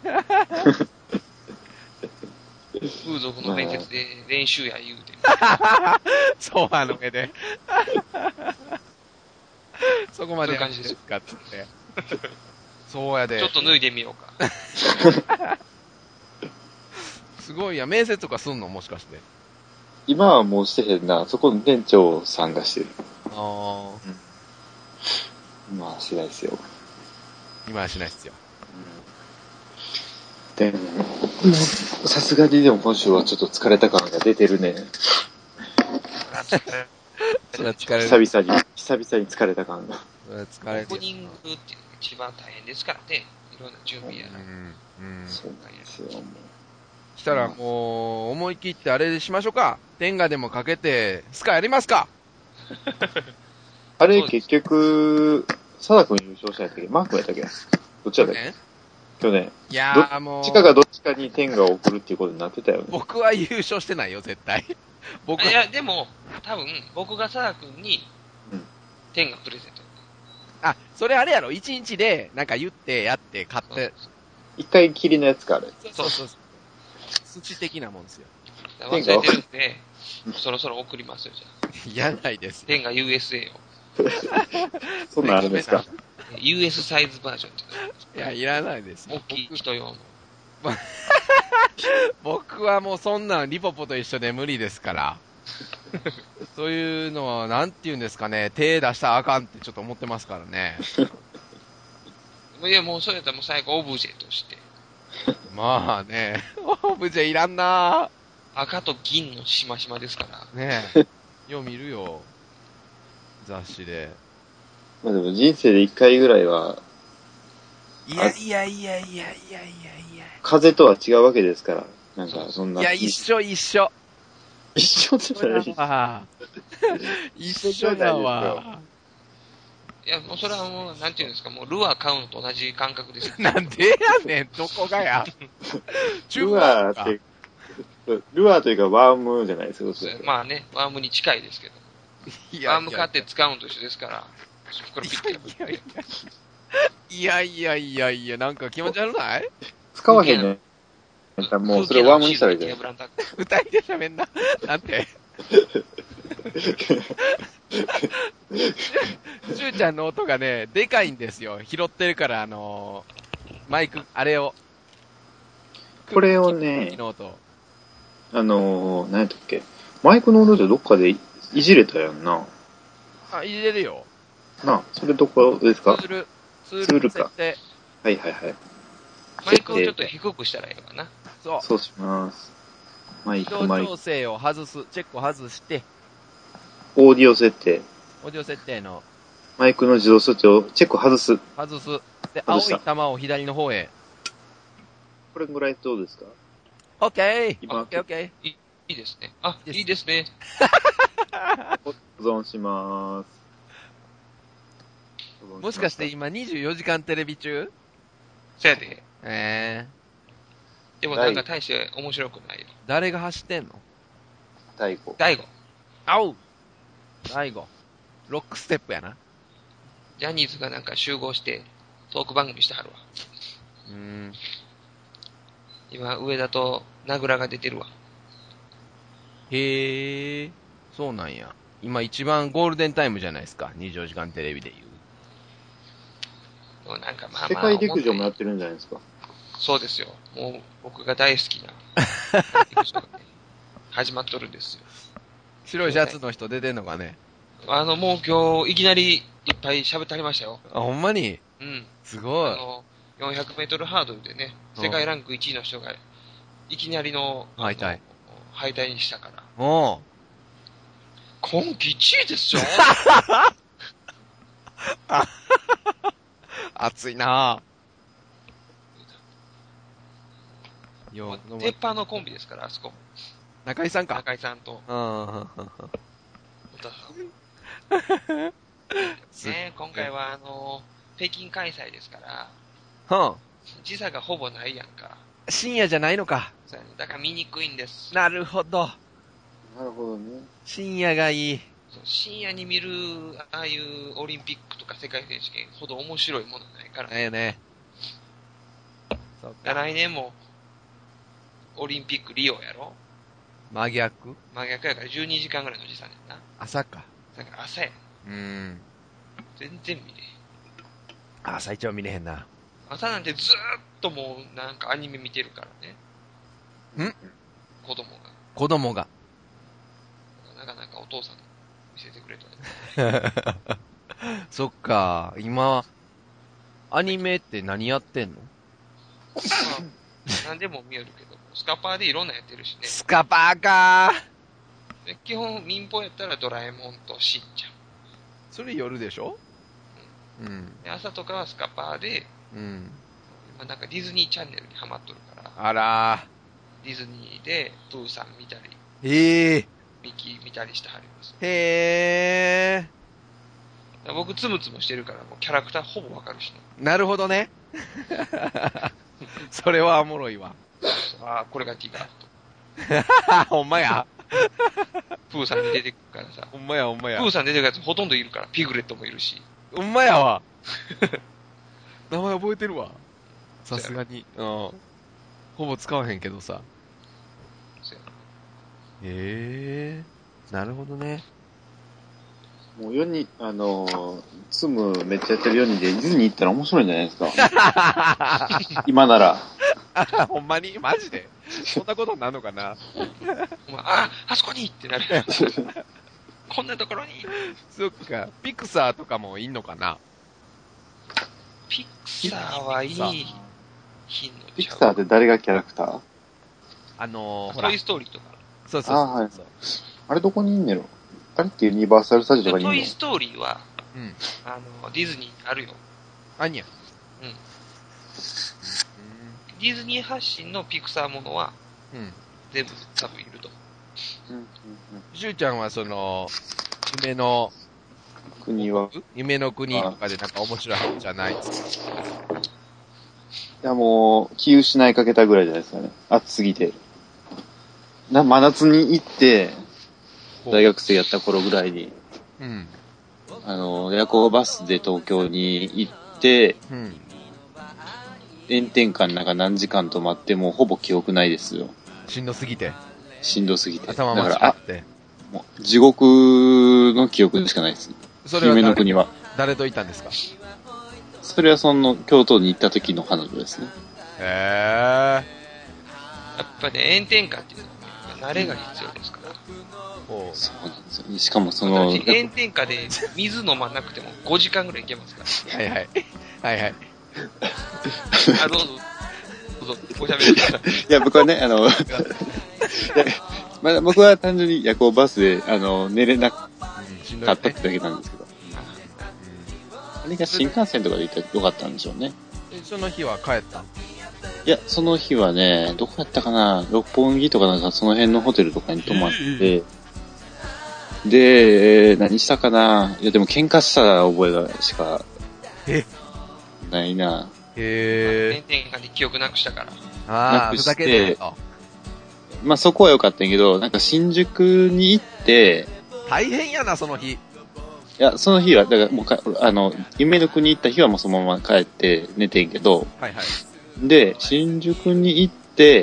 風俗の面接で練習や言うて。 ソファーの上で。そこまでそういう感じですよかっつって。そうやで。 ちょっと脱いでみようか。 すごいや、面接とかすんのもしかして。 今はもうしてへんな。そこの店長さんがしてる。 ああ。 まあ、しないですよ。 今はしないっすよ。 でも、さすがにでも今週はちょっと疲れた感が出てるね。 それは疲れる。 久々に、久々に疲れた感が。 それは疲れる。 オープニングっていうのが一番大変ですからね。いろんな準備やら。 うん。うん。 そうなんですよ。もうしたらもう、思い切ってあれでしましょうか。天下でもかけて、スカやりますか。 あれ、結局、佐田くん優勝したんやったっけ？マークやったっけ？どっちやったっけ？ ね去年。 いやーもう。 どっちかがどっちかに天下を送るっていうことになってたよね。 僕は優勝してないよ、絶対。僕は。 いや、でも、多分、僕が佐田君にうん、 天がプレゼント。 あ、それあれやろ、一日で、なんか言って、やって、買って。 一回きりのやつか、あれ。 そうそうそう。寿司的なもんですよ。 忘れてるんで、そろそろ送りますよ、じゃあ。 いらないですよ。 天が ユーエスエー を。 そんなんあるんですか？ ユーエス サイズバージョンっていや、いらないですよ。 大きい人用の。 僕はもうそんなんリポポと一緒で無理ですから。そういうのは、なんて言うんですかね、手出したらあかんってちょっと思ってますからね。 いや、もうそれやったらもう最後オブジェとして。 まあね、オブジェいらんな赤と銀のしましまですから。 ねえ。よう見るよ。雑誌で。 まあでも人生で一回ぐらいは、 いやいやいやいやいやいやいや。 風とは違うわけですから。なんか、そんな。 いや、一緒一緒。 一緒じゃないですか。 一緒やわ。 いや、もうそれはもう、なんていうんですか、もうルアー買うのと同じ感覚ですよ。 なんでやねん、どこがや。 ルアーって、ルアーというかワームじゃないですか。 まあね、ワームに近いですけど。いやワーム買って使うのと一緒ですから、これピッてやる。 いやいやいやいや、なんか気持ち悪ない？ 使わへんね。もうそれワームにしたらいいじゃん。 二人で喋んな。なんて。しゅうちゃんの音がね、でかいんですよ。拾ってるから、あのー、マイク、あれを。 これをね、あのー、何やったっけ。マイクの音でどっかで い, いじれたやんな。 あ、いじれるよ。 なあ、それどこですか？ ツール、 ツールか。はいはいはい。 マイクをちょっと低くしたらいいかな。 そう。 そうします。マイク、 マイク。調整を外す、チェックを外して。 オーディオ設定。 オーディオ設定の。 マイクの自動装置をチェック外す。 外す。で、青い玉を左の方へ。 これぐらいどうですか？ オッケー今、オッケーオッケー。いいですね。あ、いいですね。 保存しまーす。 もしかして今にじゅうよじかんテレビ中？ せやで。 えー。でもなんか大して面白くないよ。 誰が走ってんの？ 大悟。 大悟。 あおう大悟。ロックステップやな。 ジャニーズがなんか集合してトーク番組してはるわ。 うーん。 今、上田と名倉が出てるわ。 へえ、そうなんや。今一番ゴールデンタイムじゃないですか。にじゅうよじかんテレビで言う。 でもなんかまあまあ。 世界陸上もやってるんじゃないですか。 そうですよ。もう僕が大好きな陸上が、ね、始まっとるんですよ。 白いシャツの人出てんのかね。 あの、もう今日いきなりいっぱい喋ってありましたよ。 あ、ほんまに？ うん。 すごい。 あの、よんひゃくメートルハードルでね、世界ランクいちいの人が、いきなりの、 敗退。 敗退にしたから。 おう。 今季いちいですよ熱いなぁ。 よ鉄板のコンビですから、あそこ。 中井さんか。 中井さんと。 うん。 小田さん。ね今回はあの、北京開催ですから、 うん。 時差がほぼないやんか。 深夜じゃないのか。 だから見にくいんです。 なるほど。 なるほどね。 深夜がいい。 深夜に見る、ああいうオリンピックとか世界選手権ほど面白いものないからね。ええね。 そうか。来年も、オリンピックリオやろ？ 真逆？ 真逆やからじゅうにじかんぐらいの時差ねんな。 朝か。 だから朝や。 うーん。 全然見れへん。朝一応見れへんな。 朝なんてずーっともうなんかアニメ見てるからね。 ん？ 子供が。 子供が。 なかなかお父さん見せてくれたね。 そっか、今、アニメって何やってんの？ まあ、何でも見えるけど、スカパーでいろんなやってるしね。 スカパーかー。で基本民放やったらドラえもんとしんちゃん。 それ夜でしょ？うん。 で朝とかはスカパーで、 うん。 今なんかディズニーチャンネルにハマっとるから。 あらディズニーでプーさん見たり。 へえ。 ミキ見たりしてはります。 へえ。 僕つむつむしてるからもうキャラクターほぼわかるしね。 なるほどね。それはおもろいわ。 ああ、これがティガーと。ほんまや。 プーさんに出てくるからさ。 ほんまやほんまや。 プーさん出てくるやつほとんどいるから、ピグレットもいるし。 ほんまやわ。名前覚えてるわ。さすがに。うん。ほぼ使わへんけどさ。へえー、なるほどね。 もうよにん、あのー、ツムめっちゃやってるよにんでディズニー行ったら面白いんじゃないですか。今なら。 ほんまにマジでそんなことになるのかなあ、あそこにってなる。こんなところに。 そっか。ピクサーとかもいんのかな？ ピクサーはいい品のピクサーって誰がキャラクター？ あのー、ほら。トイストーリーとか。 そうそうそう。 あ、はい、あれどこにいんねろ？あれってユニバーサルスタジオとかにいんの？ トイストーリーは、 うん、 あの、ディズニーあるよ。 あんや。 うん。 ディズニー発信のピクサーものは、 うん。 全部多分いると。 うんうんうん、 しゅうちゃんはその、夢の、 国は夢の国とかでなんか面白い話じゃないですか。 いやもう、気失いかけたぐらいじゃないですかね。暑すぎて。な、真夏に行って、大学生やった頃ぐらいに、 うん。 あの、夜行バスで東京に行って、 うん。 炎天下の中何時間泊まってもほぼ記憶ないですよ。 しんどすぎて。 しんどすぎて。 頭間違だから、 って。 あ、もう地獄の記憶しかないです。 それは夢の国は。 誰といたんですか？ それはその、京都に行った時の彼女ですね。 へやっぱね、炎天下っていうのは、ね、慣れが必要ですから。 ー。 そうなんですよ。しかもその、 炎天下で水飲まなくてもごじかんぐらいいけますから。 はいはい。はいはい。 あ、どうぞ。どうぞ、おしゃべりください。 いや、僕はね、あの、まあ、僕は単純に夜行バスで、あの、寝れなかったってだけなんですけど。あれが新幹線とかで行ったらよかったんでしょうね。 その日は帰った？ いや、その日はね、どこやったかな、六本木とかなんかその辺のホテルとかに泊まって、で、えー、何したかな、いやでも喧嘩した覚えがしか、 えないな。 へ炎天下で記憶なくしたから。 ああ、 なくしてふざけて。 まあそこは良かったんやけど、なんか新宿に行って、 大変やな、その日。 いや、その日は、だからもうか、あの、夢の国行った日はもうそのまま帰って寝てんけど、 はいはい。 で、新宿に行って、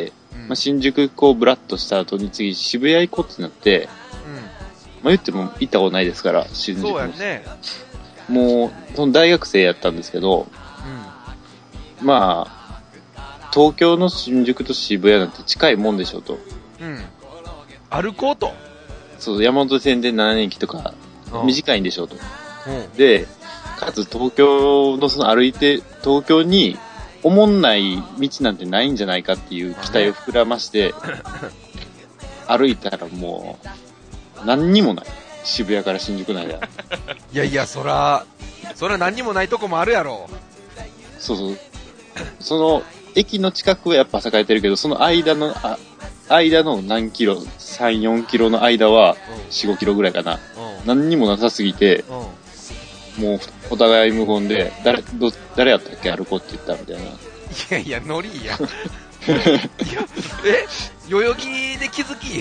うん、 まあ、新宿こうブラッとした後に次渋谷行こうってなって、まあ言っても行ったことないですから、新宿。 そうやね。 もう、その大学生やったんですけど、 うん。 まあ、東京の新宿と渋谷なんて近いもんでしょと。 うん。歩こうと。 そう、山手線でななえきとか、短いんでしょと。 うん。 で、かつ東京のその歩いて、東京に、おもんない道なんてないんじゃないかっていう期待を膨らまして、歩いたらもう、何にもない。渋谷から新宿の間。 いやいや、そら、そら何にもないとこもあるやろ。 そうそう。その、駅の近くはやっぱ栄えてるけど、その間の、あ、間の何キロ、さん、よんキロの間は、よん、ごキロぐらいかな。 うん。 何にもなさすぎて、 うん。 もう、お互い無言で、誰、ど、誰やったっけ歩こうって言ったみたいな。 いやいや、ノリや。いや、え代々木で気づき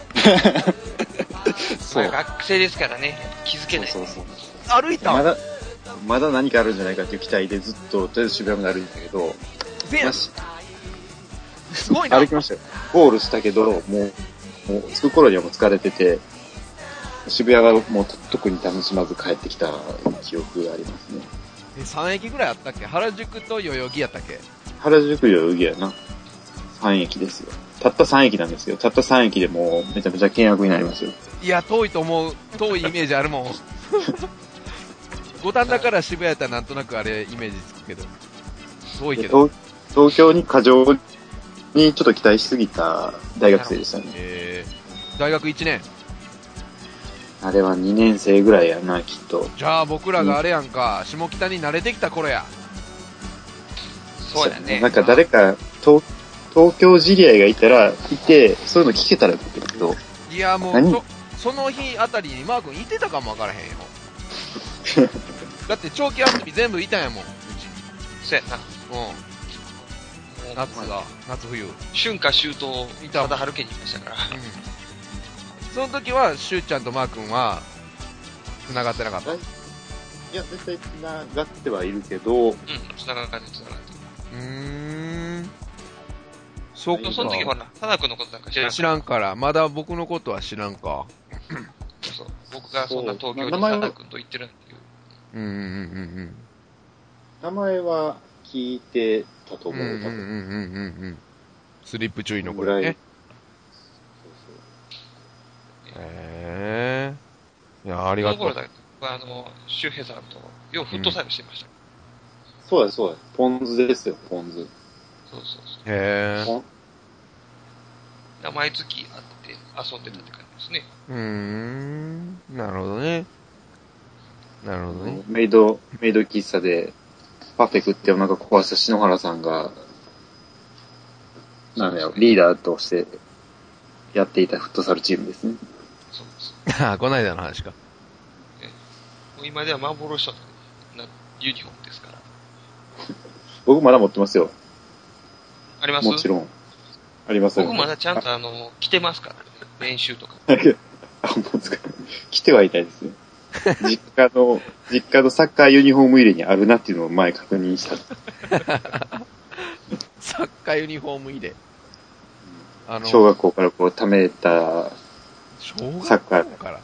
そう。 まあ、学生ですからね、気づけない。 そうそうそう。 歩いたまだ、まだ何かあるんじゃないかっていう期待でずっと、とりあえず渋谷まで歩いたけど、 せや、 まあすごいな。 歩きましたよ。ゴールしたけど、もう、もう着く頃にはもう疲れてて、渋谷がもう特に楽しまず帰ってきた記憶がありますね。 え、さん駅ぐらいあったっけ？原宿と代々木やったっけ？ 原宿代々木やな。さん駅ですよ。たったさん駅なんですよ。たったさん駅でもうめちゃめちゃ険悪になりますよ。 いや、遠いと思う。遠いイメージあるもん。五反田から渋谷やったらなんとなくあれイメージつくけど。遠いけど。 東, 東京に過剰にちょっと期待しすぎた大学生でしたね。 えー、大学いちねん。 あれはにねん生ぐらいやな、きっと。 じゃあ僕らがあれやんか、下北に慣れてきた頃や。 そうやね。 なんか誰か東、東京知り合いがいたら、いて、そういうの聞けたらいいけど。 いや、もうそ、その日あたりにマー君いてたかもわからへんよ。だって長期休み全部いたんやもん、うちに。 そうやな。 うん。夏が、夏冬。 春夏秋冬、ただ春家にいましたから。 うん。その時は、しゅうちゃんとマー君は、繋がってなかった。いや、絶対繋がってはいるけど、うん、 繋がってる、繋がってる。 うーん。そうか。 その時ほら、タナ君のことなんか知らんから。 知らんから、まだ僕のことは知らんか。 そう。僕がそんな東京にタナ君と言ってるっていう。 うんうんうんうん。 名前は聞いてたと思う。 うんうんうんうんうん。スリップ注意のこれね。へぇー。いや、ありがとう。 その頃だ僕はあの、周平さんと、ようフットサルしてました。うん、 そうです、そうです。ポン酢ですよ、ポン酢。そうそうそう。 へぇー。毎月会って遊んでたって感じですね。 うーん。なるほどね。なるほどね。 メイド、メイド喫茶で、フパフェクってお腹壊した篠原さんが、なんだよ、リーダーとしてやっていたフットサルチームですね。 そうです。 ああ、こないだの話か。 えもう今では幻のなユニフォームですから。 僕まだ持ってますよ。 あります？ もちろん。ありますよ。 僕まだちゃんとあの、着てますからね。練習とか。 あ、ほんまですか。来てはいたいですね。実家の、実家のサッカーユニフォーム入れにあるなっていうのを前確認した。 サッカーユニフォーム入れ。あの、 小学校からこう貯めた小サッカー学校から。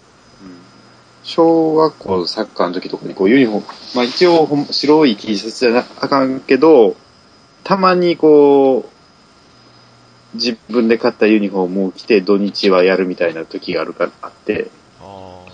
小学校のサッカーの時とかにこうユニフォーム、まあ一応ほん白い T シャツじゃなあかんけど、たまにこう、自分で買ったユニフォームを着て土日はやるみたいな時があるからあって、 あ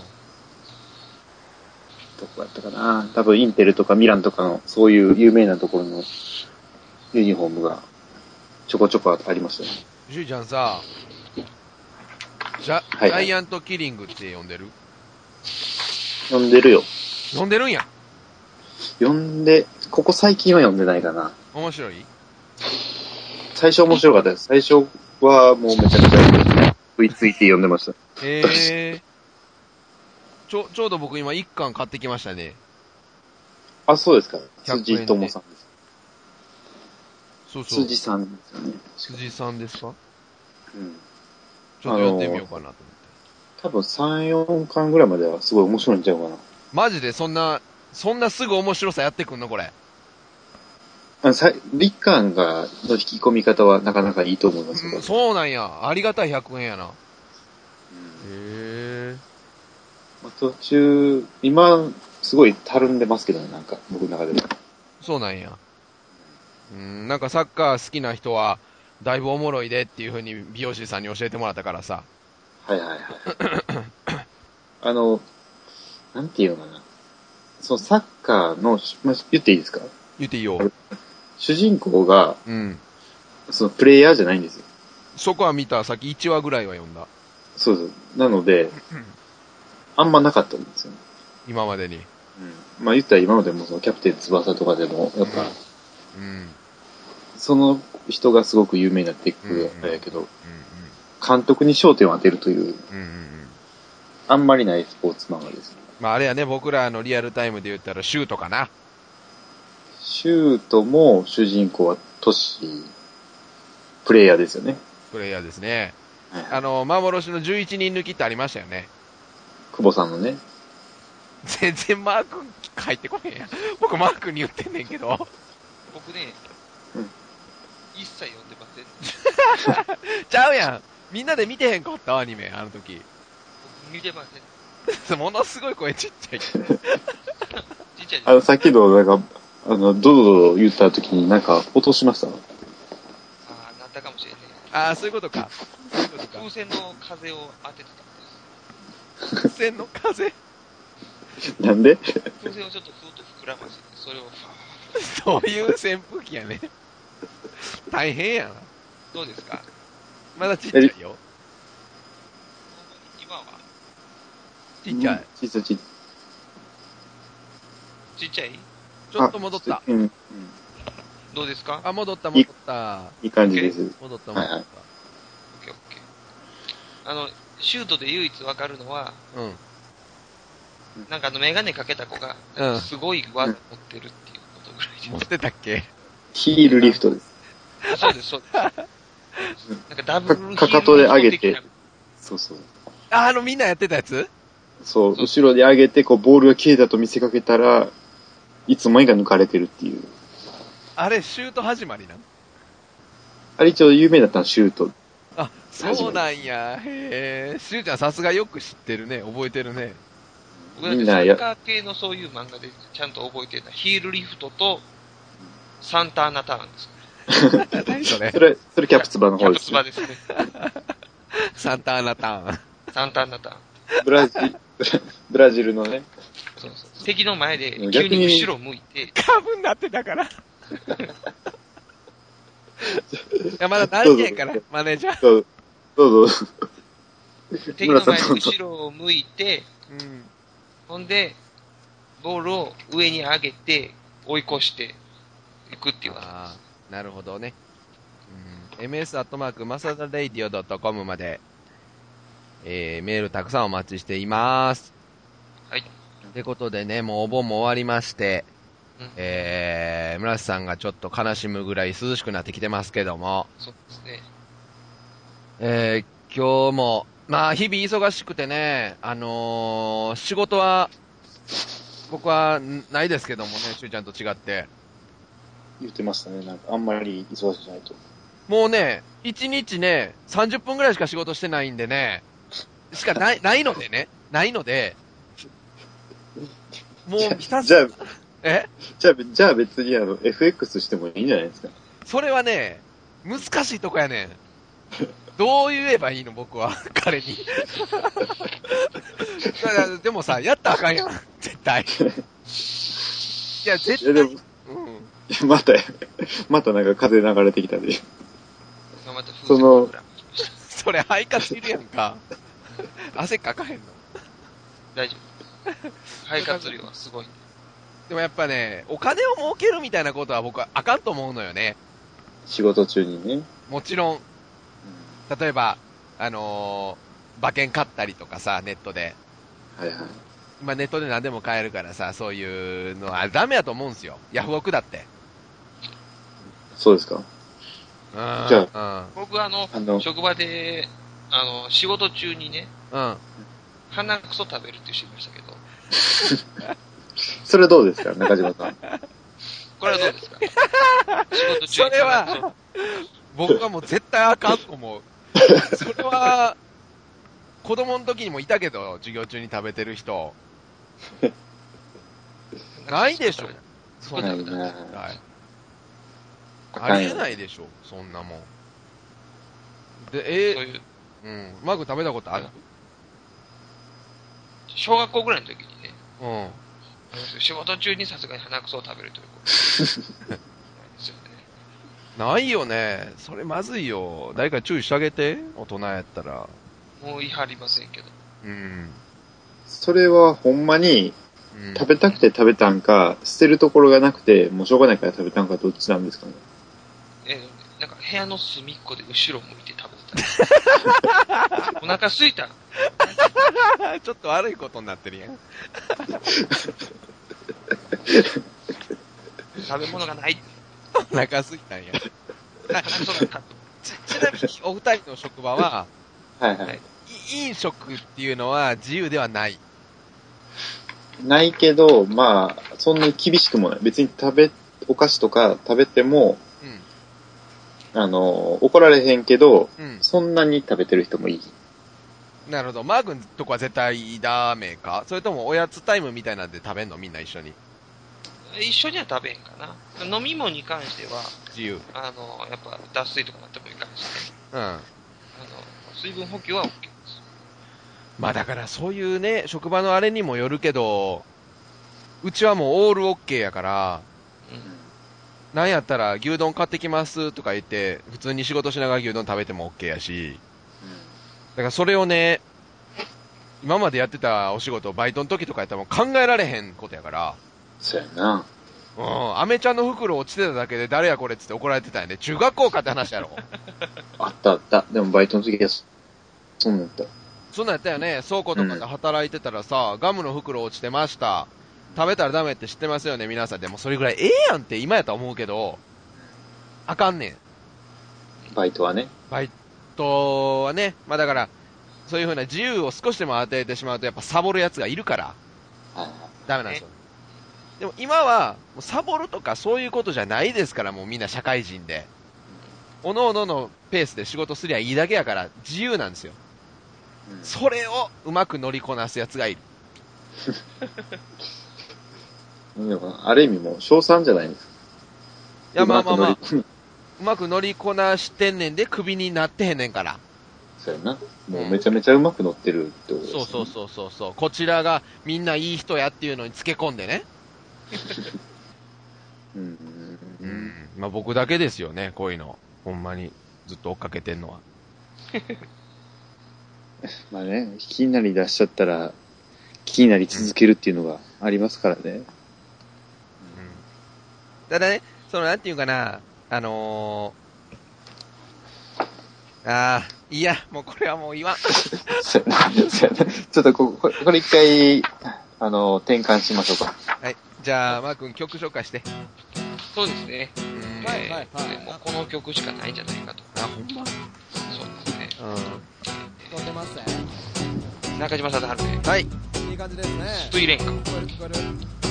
どこやったかな、多分インテルとかミランとかのそういう有名なところのユニフォームがちょこちょこありましたね。 あ。ジュイちゃんさ、ジャ、 はいはいジャイアントキリングって呼んでる？ 読んでるよ。 呼んでるんや。 読んで、ここ最近は読んでないかな。 面白い？ 最初面白かったです。最初はもうめちゃくちゃ食いついて読んでました。 へえ。ちょ、ちょうど僕今一巻買ってきましたね。 あ、そうですか。 ひゃくえんで辻友さんです。 そうそう。 辻さんですよね。 辻さんですか？ うん。 ちょっとやってみようかなと思って。 多分さん、よんかんぐらいまではすごい面白いんちゃうかな。 マジでそんな、そんなすぐ面白さやってくんのこれ。 あさ立巻が、の引き込み方はなかなかいいと思いますよ。 うん、そうなんや。ありがたいひゃくえんやな。 うんへえ。 まあ途中、今、すごいたるんでますけどね、なんか、僕の中でも。 そうなんや。うん、なんかサッカー好きな人は、だいぶおもろいでっていう風に美容師さんに教えてもらったからさ。 はいはいはい。あの、なんていうのかな。そのサッカーの、まあ、言っていいですか？ 言っていいよ。 主人公が、 うん。 そのプレイヤーじゃないんですよ。 そこは見た。さっきいちわぐらいは読んだ。 そうそう。なので、あんまなかったんですよね。 今までに。 うん。まあ言ったら今までもそのキャプテン翼とかでも、やっぱ、 うん。 その人がすごく有名になっていくあれやけど、 うん監督に焦点を当てるという、 うん。うんうんうん。 あんまりないスポーツ漫画です。 まああれやね、僕らのリアルタイムで言ったらシュートかな。 シュートも主人公はトシ、プレイヤーですよね。 プレイヤーですね。 はい、 あの、幻のじゅういちにん抜きってありましたよね。 久保さんのね。 全然マーク書いてこへんやん。僕マークに言ってんねんけど。 僕ね、 うん一切読んでません。 ちゃうやん。みんなで見てへんかったアニメ、あの時。 僕見てません。 ものすごい声ちっちゃい。 ちっちゃいあの、さっきの、なんか、あの、ドドドド言った時になんか落としました。 ああ、なったかもしれない。 ああ、そういうことか。そういうことか。 風船の風を当ててたんです。 風船の風なんで風船をちょっとふーっと膨らまして、それをファーそういう扇風機やね。大変やな。 どうですか？ まだちっちゃいよ。 今はちっちゃい。 ちっちゃいちっちっちゃい？ ちょっと戻った。 うん。うん。 どうですか？ あ、戻った、戻った。 いい感じです。 戻った、戻っはいはいオッケーオッケー。あの、シュートで唯一わかるのは、 た。うん。 なんかあの、メガネかけた子がう、んすごい技持ってるっていうことぐらいで持ってたっけ？ ヒールリフトです。 あそうです、そうです。なんかダブルヒールかかとで上げて的な。 そうそう。 あ、あのみんなやってたやつ？ そう、後ろで上げて、こう、ボールが消えたと見せかけたら、いつも絵が抜かれてるっていう。 あれ、シュート始まりなの？ あれ一応有名だったのはシュート。 あ、そうなんや。へえ。しゅうちゃんさすがよく知ってるね。覚えてるね。 僕だってみんなやサッカー系のそういう漫画でちゃんと覚えてるのは、ヒールリフトとサンターナターンです。 何それそ？れ、それキャプツバのキャプ方です、 ツバですね。 サンターナターン。 サンターナターン。 ブラジル、ブラジルのね。 そうそう。敵の前で急逆にに後ろ向いて、 カブになってたから。いや、まだ何年やから、マネージャー。 どうどうぞ。 敵の前で後ろを向いて、 うん。 ほんで、ボールを上に上げて、 追い越していくっていう技あー、なるほどね。うん、エムエス アットマーク マサダレイディオ ドットコム まで、えー、メールたくさんお待ちしています。 はい。 ってことでね、もうお盆も終わりまして、 うん、 えー、村瀬さんがちょっと悲しむぐらい涼しくなってきてますけども、 そうですね。 えー、今日も、まあ日々忙しくてね、あのー、仕事は、僕はないですけどもね、しゅうちゃんと違って。 言ってましたね。なんか、あんまり忙しくないと。 もうね、いちにちね、さんじゅっぷんぐらいしか仕事してないんでね、しかない、ないのでね、ないので、もうひたすじゃあ、 えじゃあ、じゃあ別にあの、エフエックス してもいいんじゃないですか。 それはね、難しいとこやねん。どう言えばいいの僕は、彼に。だからでもさ、やったらあかんやん。絶対。いや、絶対。 いやでも、 うん。 また、またなんか風流れてきたで。 また風その船がそれ、肺活いるやんか。汗かかへんの。 大丈夫。肺活量はすごい。 でもやっぱね、お金を儲けるみたいなことは僕はあかんと思うのよね。 仕事中にね。 もちろん。例えば、あのー、馬券買ったりとかさ、ネットで。 はいはい。 まあネットで何でも買えるからさ、そういうのはダメだと思うんですよ。ヤフオクだって。 そうですか。 うん。 じゃあ、 僕はあの、 あの職場で、あの、仕事中にね、 うん。うん。 鼻くそ食べるって人いましたけど、 それどうですか、中島さん。 これはどうですか？仕事中にそれは鼻くそ、 僕はもう絶対あかんと思う。それは、子供の時にもいたけど、授業中に食べてる人。ないでしょ。そんなないな。 はい。 あかんよありえないでしょ、そんなもん。で、えそういう、 ー、うん。マグ食べたことある？ 小学校ぐらいの時にね、 うん。 仕事中にさすがに鼻くそを食べるということですよね。 ないよね。それまずいよ。誰か注意してあげて。大人やったら。 もう言い張りませんけど。 うん。 それはほんまに、 うん、 食べたくて食べたんか、捨てるところがなくて、もうしょうがないから食べたんか、どっちなんですかね。 えー、なんか部屋の隅っこで後ろ向いて食べてた。お腹空いた。 ちょっと悪いことになってるやん。 食べ物がない。 お腹すいたんや。 鼻くそがった。 ち、ちなみにお二人の職場は、 はいはい。 はいい飲食っていうのは自由ではない。 ないけど、まあ、そんなに厳しくもない。別に食べ、お菓子とか食べても、 うあの、怒られへんけど、 ん。うん。 そんなに食べてる人もいい。 なるほど。マー君とこは絶対ダメか？それともおやつタイムみたいなんで食べんのみんな一緒に。 一緒には食べへんかな。飲み物に関しては、 自由。 あの、やっぱ脱水とかなってもいいかもしれない。 うん。 あの、水分補給は OK です。 まあだからそういうね、職場のあれにもよるけど、うちはもうオールオッケーやから、 うん。 なんやったら牛丼買ってきますとか言って、普通に仕事しながら牛丼食べてもオッケーやし、だからそれをね、今までやってたお仕事、バイトの時とかやったらもう考えられへんことやから、 そうやな。 うん、アメちゃんの袋落ちてただけで誰やこれっつって怒られてたんやで、中学校かって話やろ。 あったあった。でもバイトの時は、そんなんやった。 そんなんやったよね、倉庫とかで働いてたらさ、ガムの袋落ちてました。食べたらダメって知ってますよね、皆さん。でもそれぐらいええやんって今やと思うけど、あかんねん。 バイトはね。 バイトはね、まあだから、そういう風な自由を少しでも与えてしまうと、やっぱサボるやつがいるから、 はいはい。 ダメなんですよ。でも今は、もうサボるとかそういうことじゃないですから、もうみんな社会人で。おのおののペースで仕事すりゃいいだけやから、自由なんですよ。 うんそれをうまく乗りこなすやつがいる。 でもある意味もう、賞賛じゃないですか。 いや、まあまあまあ、 うまく乗りうまく乗りこなしてんねんで、クビになってへんねんから。 そうやな。もうめちゃめちゃうまく乗ってるってことです、ねそうそうそうそうそう。こちらがみんないい人やっていうのにつけ込んでね。 うんうんううんん。まあ僕だけですよね、こういうの。ほんまに。ずっと追っかけてんのは。 まあね、気になり出しちゃったら、気になり続けるっていうのがありますからね。 うん。 ただね、その、なんていうかな、あのー、あー、いや、もうこれはもう言わん。 そうやなそうやなちょっとこ、ここれ一回、あの、転換しましょうか。 はい。じゃあ、マー君曲紹介して。 そうですね。 うん。 はいはいはいもうこの曲しかないんじゃないかと。 あ、ほんまそうですね。 う飛んでますね。 中島さんであるね。 ん。はい。 いい感じですね。 水蓮花。 聞こえる聞こえる。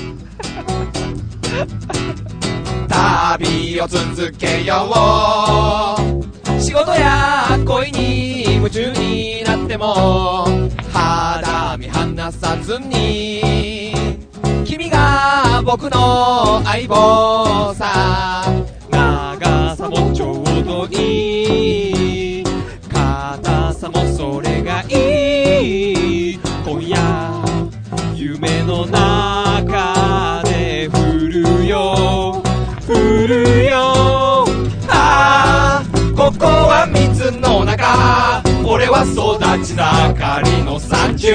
旅を続けよう。仕事や恋に夢中になっても肌身離さずに君が僕の相棒さ。長さもちょうどいい、硬さもそれがいい。今夜夢の中で降るよ降るよ。ああここは水の中、俺は育ち盛りの山中。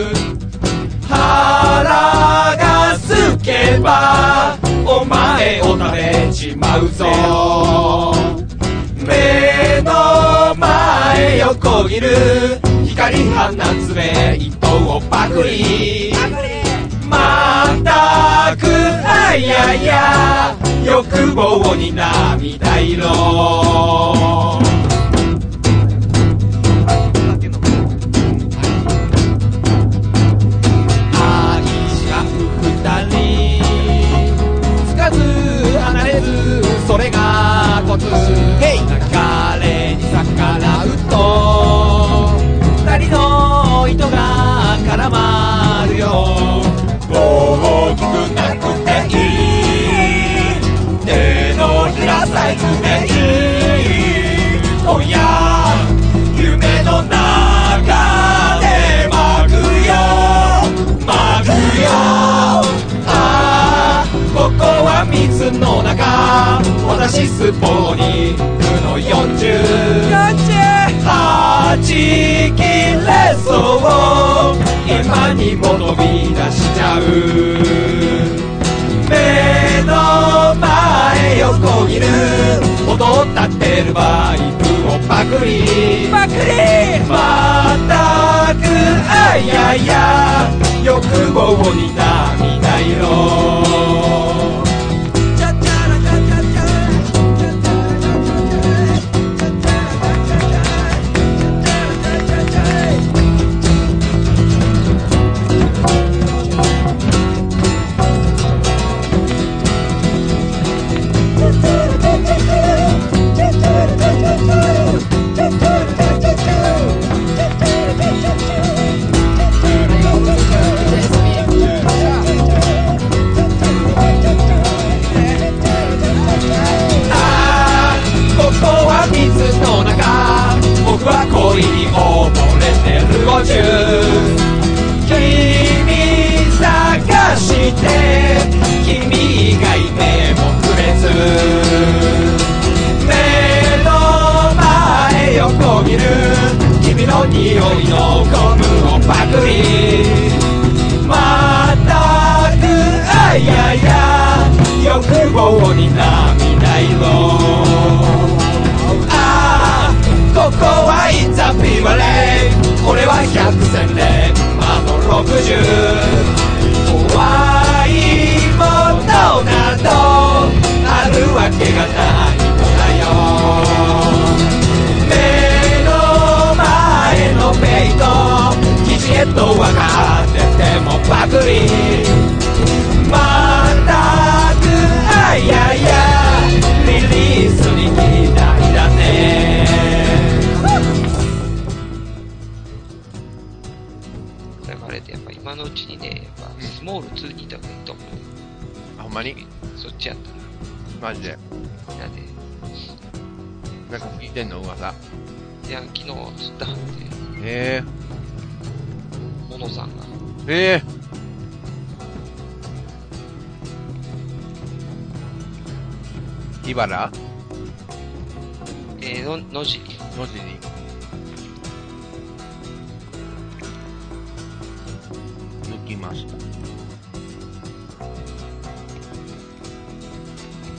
腹がすけばお前を食べちまうぞ。目の前横切る光放つ目糸をパクリ。まったくあいやいや欲望に涙色。愛し合う二人つかず離れずそれがコツ。流れに逆らうと二人の糸が絡まるよ。大きくなくていい、手のひらサイズでいい。今夜夢の中で巻くよ巻くよ。ああここは水の中、私スポーニングのよんじゅうはちきれそう今にも飛び出しちゃう。目の前横切る音立ってるバイクをパクリパクリ。まったくあいやいや欲望に涙色。僕は恋に溺れてるごじゅう。君探して君以外目もくれず。目の前横切る君の匂いのゴムをパクリ。まったくあいやいや欲望に涙色。ここはインザピバレイ、俺は百戦錬磨のろくじゅう。怖いものなどあるわけがないのだよ。目の前のペイト生地へと分かっててもパクリ。まったくあいやいやリリースに期待だね。 やっぱ今のうちにね、やっぱスモールツーにいた方がいいと思う。 あ、ほんまにそっちやったマジで。 ら。なんで、 なんか聞いてんの噂。 いや、昨日釣ったはって、 えモノさんが。 ー、えー、茨えー、の、野尻。 野尻抜きました。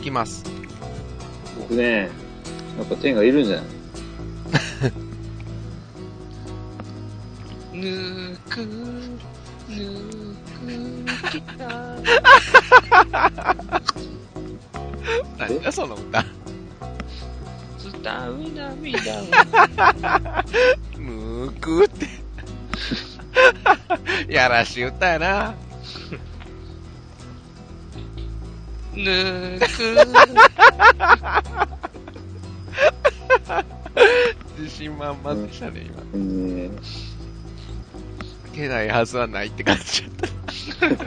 きます。 僕ね、やっぱ天がいるんじゃない？ ぬく、ぬくきた。 何だその歌。 伝う涙を。 むーくって。やらしい歌やな。 ぬく。 自信満々でしたね、今。 ねいけないはずはないって感じだった。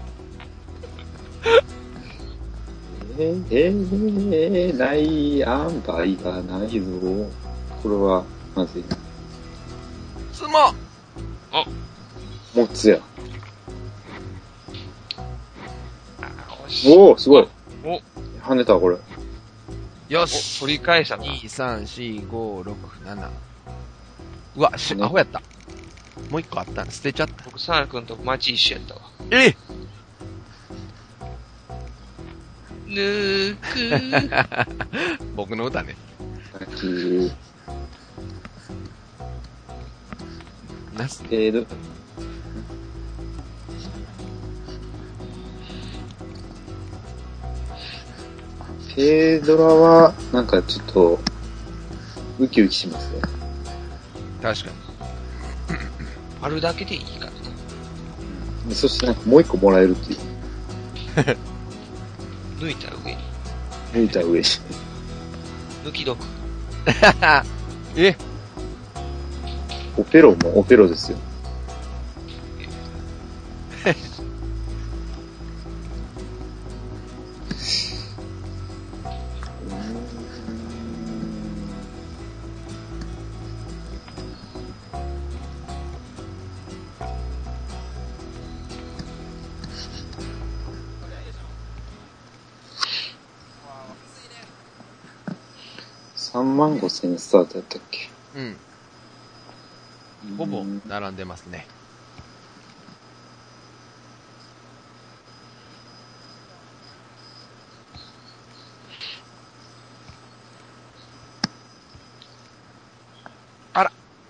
えー、えー、ない塩梅がないぞ。これは、まずい。 相撲もつや。 惜しい。 おお、すごい。 お、 跳ねた、これ。 お、 よし。 取り返したか。 に、さん、し、ご、ろく、なな。うわ、し、 ねアホやった。もう一個あったん捨てちゃった。 僕、サー君と町一緒やったわ。 えぬく。 僕の歌ね。 ラッキー。 なす。 えーど、軽ドラは、なんかちょっと、ウキウキしますね。 確かあるだけでいいからね。 でそしてなんかもう一個もらえるっていう。 抜いた上に。 抜いた上に。 抜き毒。 に。えオペロもオペロですよ。さんまんごせんスタートやったっけ？ うん。ほぼ並んでますね。あら。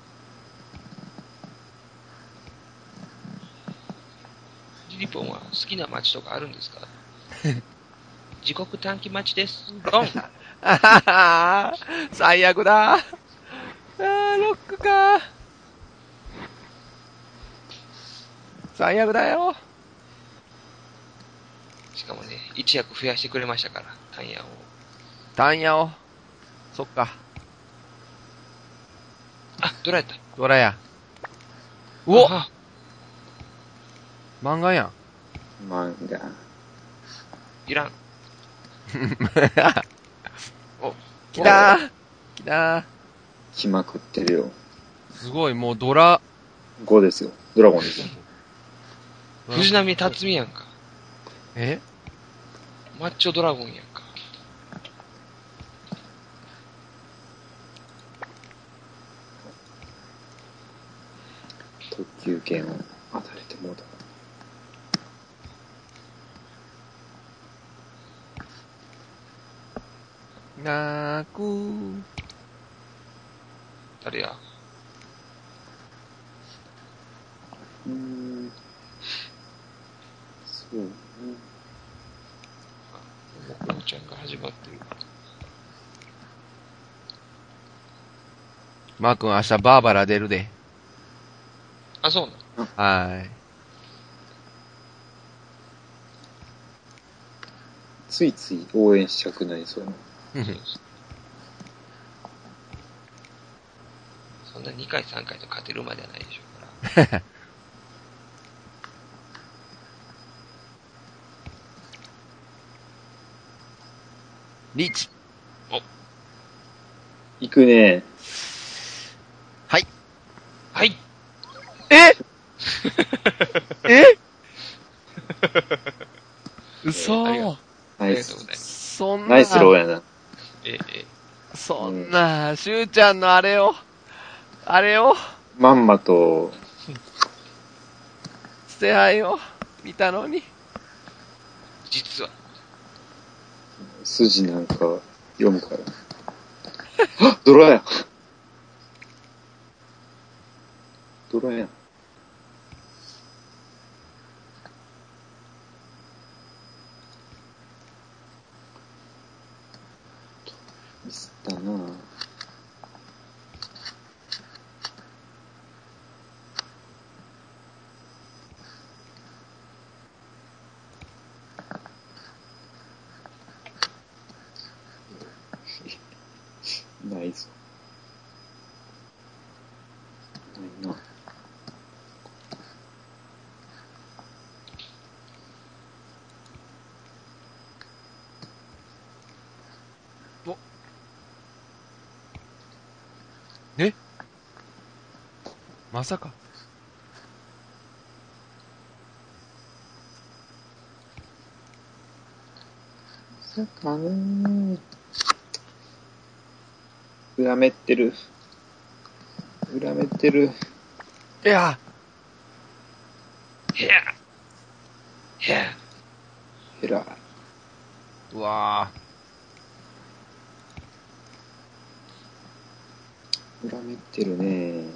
ジリポンは好きな街とかあるんですか？自国短期待ちです。ドン。 あはは最悪だ。あー、ロックか。最悪だよ。 しかもね、一役増やしてくれましたから、タンヤを。 タンヤを。そっか。 あ、ドラやった。 ドラや。うおあ漫画やん。 漫画。 いらん。お、 来たー来たー来まくってるよ。 すごい、もうドラ。 ごですよ。ドラゴンですよ。 藤波辰巳やんか。 えマッチョドラゴンやんか。 特急券を当たれてもうた。 泣く。 誰や？ うーん。そうね。 もこちゃんが始まってる。 マー君明日バーバラ出るで。 あ、そうなの。 はーい。 ついつい応援したくなりそうな。 そんなにかいさんかいと勝てるまではないでしょうから。 リーチ。 行くね。 はい。 はい。 ええ嘘えーありがとうナイスありがとうご。ざいます。 そんな。 ナイスローやな。 ええそんな、しゅうちゃんのあれを、あれを、 まんまと、 捨て牌を見たのに。 実は、 筋なんか読むから。あ、ドラやん。ドラやん。ミスったなぁ。ないぞ。ないな。 おえまさか。 まさかねー。裏めってる。裏めってる。 いやへやへやえらい。 うわ裏めってるね。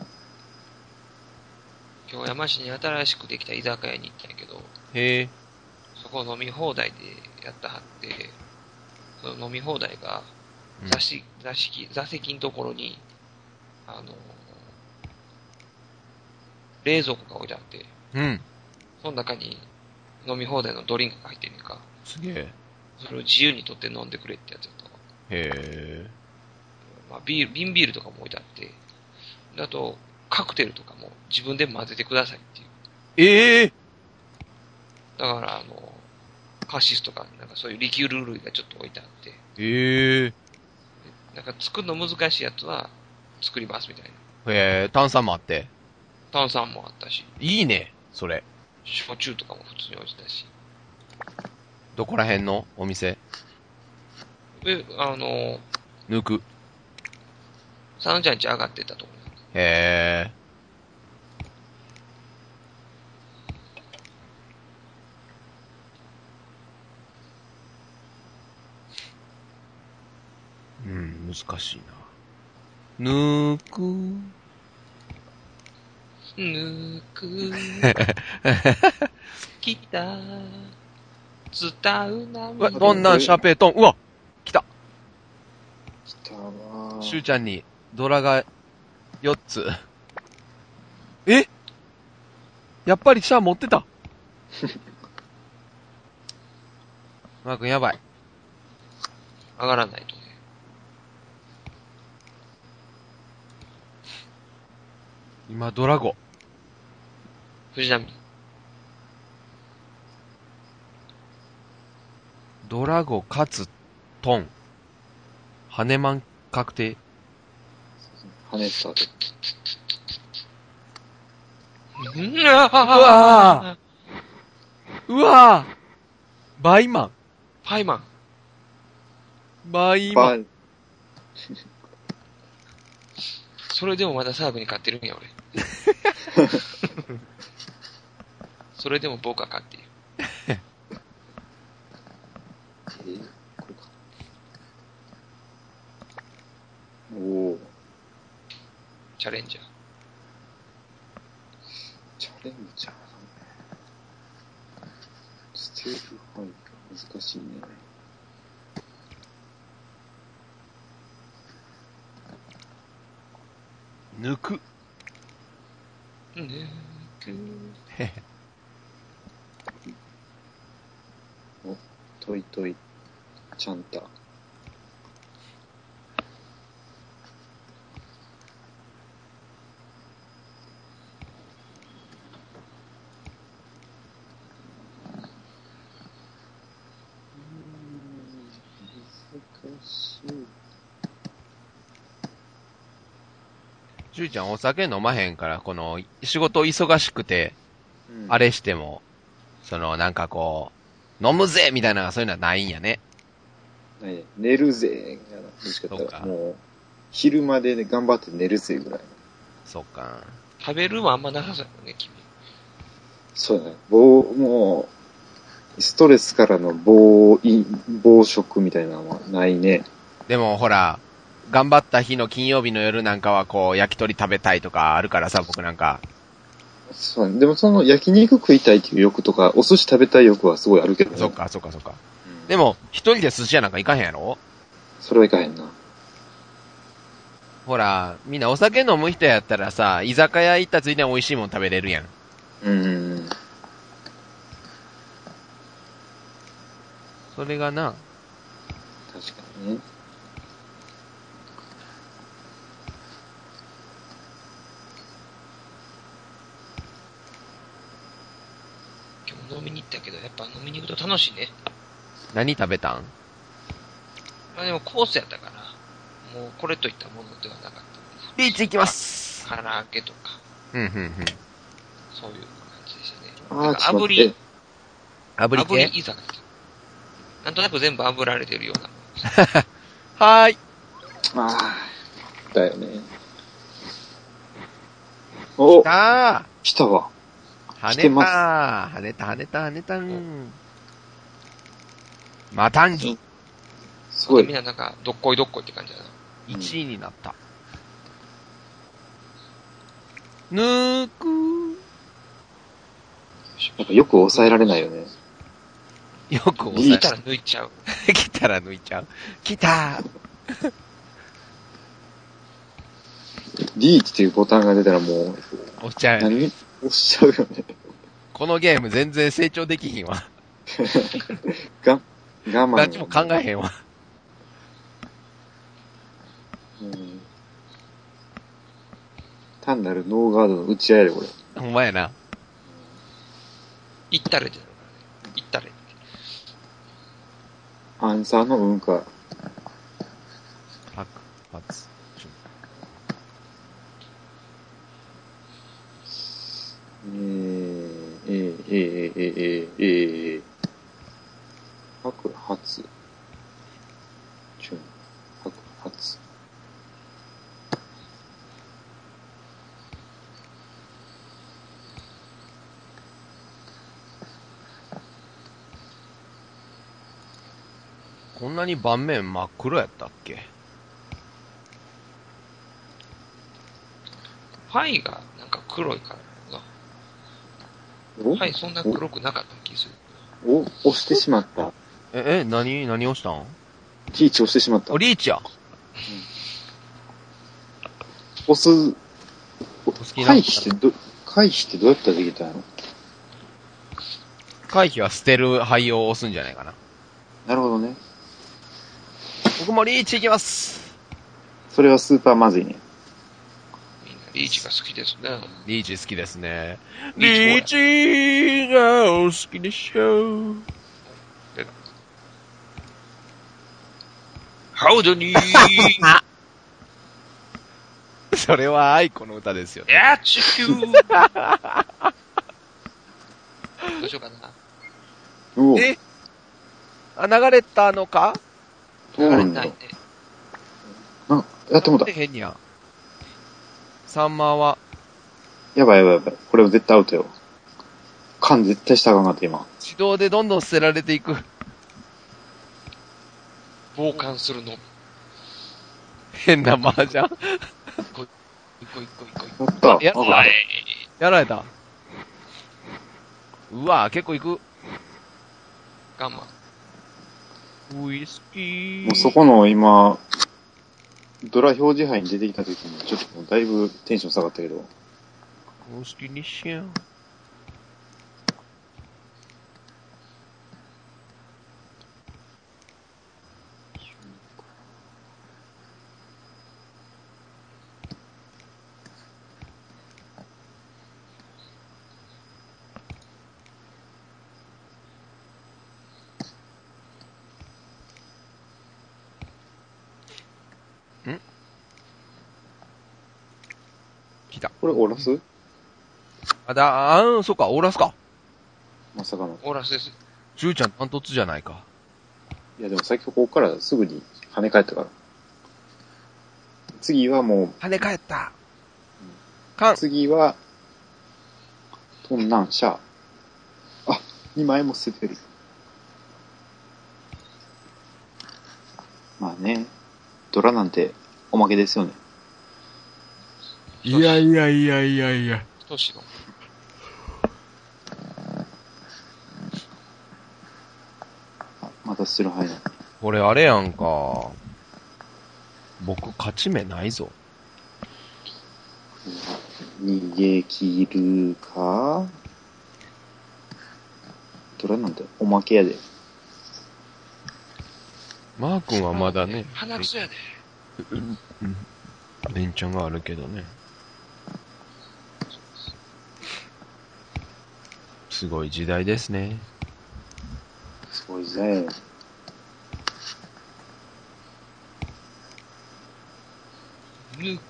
今日山市に新しくできた居酒屋に行ったんやけど、 ー。へえ。 そこ飲み放題でやったはって、その飲み放題が、 うん座敷、座敷、座席のところに、あの、冷蔵庫が置いてあって、 うん。 その中に飲み放題のドリンクが入ってんねんか。 すげえ。 それを自由に取って飲んでくれってやつやったわ。 へえ。 まあ、ビール、瓶ビールとかも置いてあって、あと、カクテルとかも自分で混ぜてくださいっていう。 ええだから、あの、カシスとか、なんかそういうリキュール類がちょっと置いてあって、 ええなんか作るの難しいやつは作りますみたいな。 へえ、炭酸もあって。 炭酸もあったし、 いいね、それ。 焼酎とかも普通に置いてたし。 どこら辺のお店で、あの、 抜く。 サンジャンチ上がってたところ。 へえ。うん、難しいな。抜く。 抜く。来た。伝うなうわ、どんなんシャーペートン。うわ来た。 来たわー。 シュウちゃんにドラがよっつ。えやっぱりシャア持ってた。マー君やばい。 上がらないとね。 今ドラゴ。 藤波。 ドラゴかつトン。ハネマン確定。 跳ねたで。 うわうわうわぁバイマン。 パイマン。 バイマン。 バそれでもまだサーブに勝ってるんや、俺。それでも僕は勝っている。 えこれか。おー。 チャレンジャー。 チャレンジャー。ステールハイが難しいね。 抜く。 抜く。 お、トイトイ、ちゃんた。難しい。 シュウちゃんお酒飲まへんから、この、仕事忙しくて、 うん、 あれしても、その、なんかこう、飲むぜみたいな、そういうのはないんやね。 ないね。寝るぜがな。どっちかって言ったら、 そうかもう、昼までね、頑張って寝るぜぐらい。 そっか。 食べるはあんまなさそうやもんね、君。 そうだね。もう、もう、 ストレスからの暴飲、暴食みたいなのはないね。 でもほら、頑張った日の金曜日の夜なんかはこう、焼き鳥食べたいとかあるからさ、僕なんか。 そうね。でもその焼肉食いたいっていう欲とか、お寿司食べたい欲はすごいあるけどね。 そっか、そっか、そっか。 うんでも、一人で寿司屋なんか行かへんやろ？ それはいかへんな。 ほら、みんなお酒飲む人やったらさ、居酒屋行ったついでに美味しいもん食べれるやん。 うんうんうん。 それがな、 確かにね。 今日飲みに行ったけど、やっぱ飲みに行くと楽しいね。 何食べたん？ まあでもコースやったから、もうこれといったものではなかった。 リーチ行きます。 唐揚げとか、 うん、うん、うん。 そういう感じでしたね。 あーなんかちょっと待って炙り、 炙り炙り系？ 居酒屋。なんとなく全部炙られてるようなもんです。 はーい。 ああ。だよね。お、 あ来たわ。 ー跳ね来てますた跳ねた跳ねた跳ねたん。マタンギ。 すごいみん。ななんか、どっこいどっこいって感じだな。 いちいになった。ぬーくー。 なんかよく抑えられないよね。 よく押来たさら抜いちゃう。 え、来たら抜いちゃう。来たー。 リーチっていうボタンが出たらもう、 押しちゃう。 何押しちゃうよね。 このゲーム全然成長できひんわ。 が、我慢。 何も考えへんわ。 うん単なるノーガードの打ち合いやで、これ。 ほんまやな。 行ったれってなるからね。行ったれって。 アンサーの運か。 パク、パツ、チュン。 えー、えー、えー、えー、えー、えー、えー、白、発、チュン、白、発。 こんなに盤面真っ黒やったっけ？ ファイがなんか黒いからな。 おファイそんな黒くなかった気する。 お、押してしまった。 え、え、何、何をしたん？ リーチ押してしまったあ、。リーチや。 押す、 お好きな回避ってど、回避ってどうやったらできたの？ 回避は捨てる灰を押すんじゃないかな。 なるほどね。 僕もリーチいきます。 それはスーパーまずいね。 みんなリーチが好きですね。 リーチ好きですね。 リーリーチがお好きでしょう。 でハウドにーそれは愛子の歌ですよね。 やっちゅーどうしようかな。 おお。 えあ、流れたのか？ どうなんだろないね。 う。な、やってもうたで。変にや。サンマは、 やばいやばいやばい。これは絶対アウトよ。缶絶対したらあかんかった今。 自動でどんどん捨てられていく。 傍観するの。 変な麻雀。 一個一個一個一個一個。 やった。 やあやられた。うわ結構いく。 ガンマ。 ウイスキー。 もうそこの今、ドラ表示杯に出てきた時にちょっともうだいぶテンション下がったけど。 ウイスキーにしよう。来た。 これオーラスあ、だ、あー、そっか、オーラスか。 まさかの。 オーラスです。 ジューちゃんダントツじゃないか。 いやでもさっきここからすぐに跳ね返ったから。次はも跳ね返った。 う、 カン。 次は、トンナンシャー。あ、にまいも捨ててる。 まあね、ドラなんておまけですよね。 いやいやいやいやいや。 ひとしの。 あ、またスルハイな。 これあれやんか。僕勝ち目ないぞ。 逃げ切るか。ドラなんておまけやで。 マー君はまだね。 鼻くそやで。 うんうん連チャンがあるけどね。すごい時代ですね。 すごい時代。 ヌーク。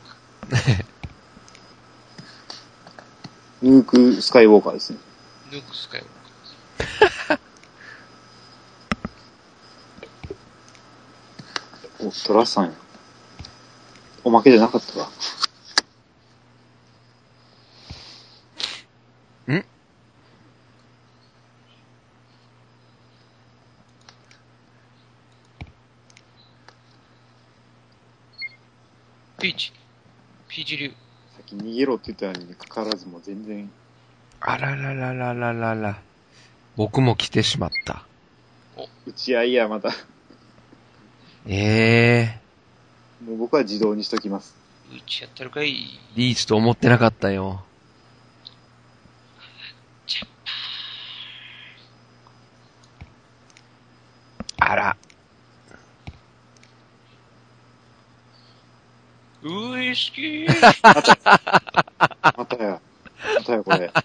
ヌークスカイウォーカーですね。 ヌークスカイウォーカーです。 お、トラさんや。おまけじゃなかったか。 んピーチ。ピーチ流。 さっき逃げろって言ったのにかかわらずもう全然。 あららららららら。僕も来てしまった。 打ち合いや、また。 ええもう僕は自動にしときます。 うちやったるかい。 ー。リーチと思ってなかったよ。あら。 ウイスキー。 またや。またや、これ。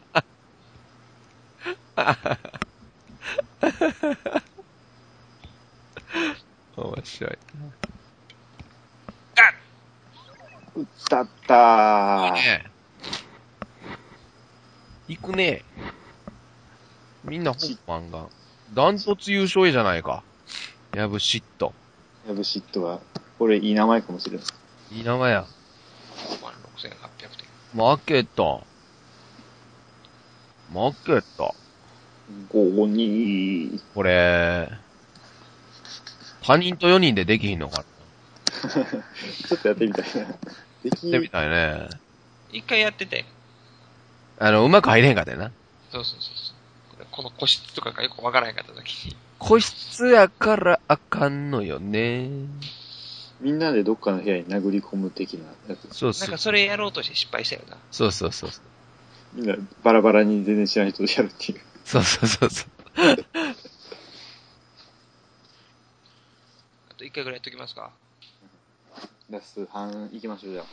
面白い。 打ったったー。 ね行くね。みんなホッパンが。ダントツ優勝じゃないか。ヤブシット。 ヤブシットが、これいい名前かもしれない。 いい名前や。 ごまんろくせんはっぴゃくてん。 負けた。負けた。 ごにこれ、他人とよにんでできひんのかな。 ちょっとやってみたいな。できやってみたいね。 一回やってて。 あの、うまく入れへんかったよな。 そうそうそうそう。これこの個室とかがよくわからへんかった時に。 個室やからあかんのよね。 みんなでどっかの部屋に殴り込む的なやつ。 そうそう。 なんかそれやろうとして失敗したよな。 そうそうそう。 みんなバラバラに全然知らない人でやるっていう。 そうそうそうそう。 あと一回ぐらいやっときますか。 ラスト半行きましょう、じゃあ。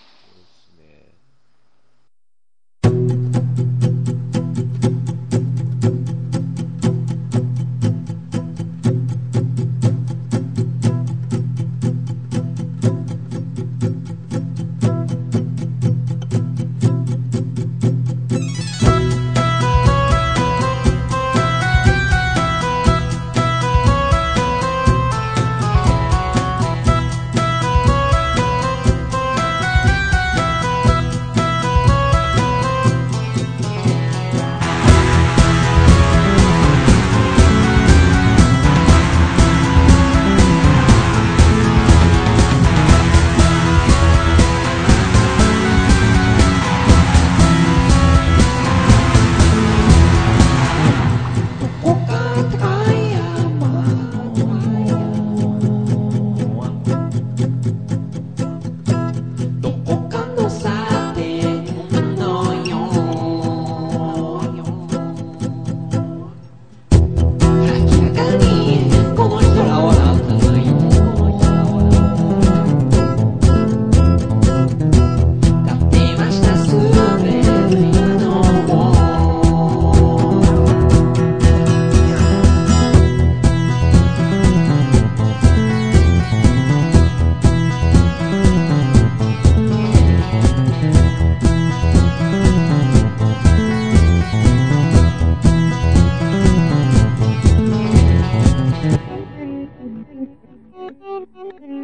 Thank you.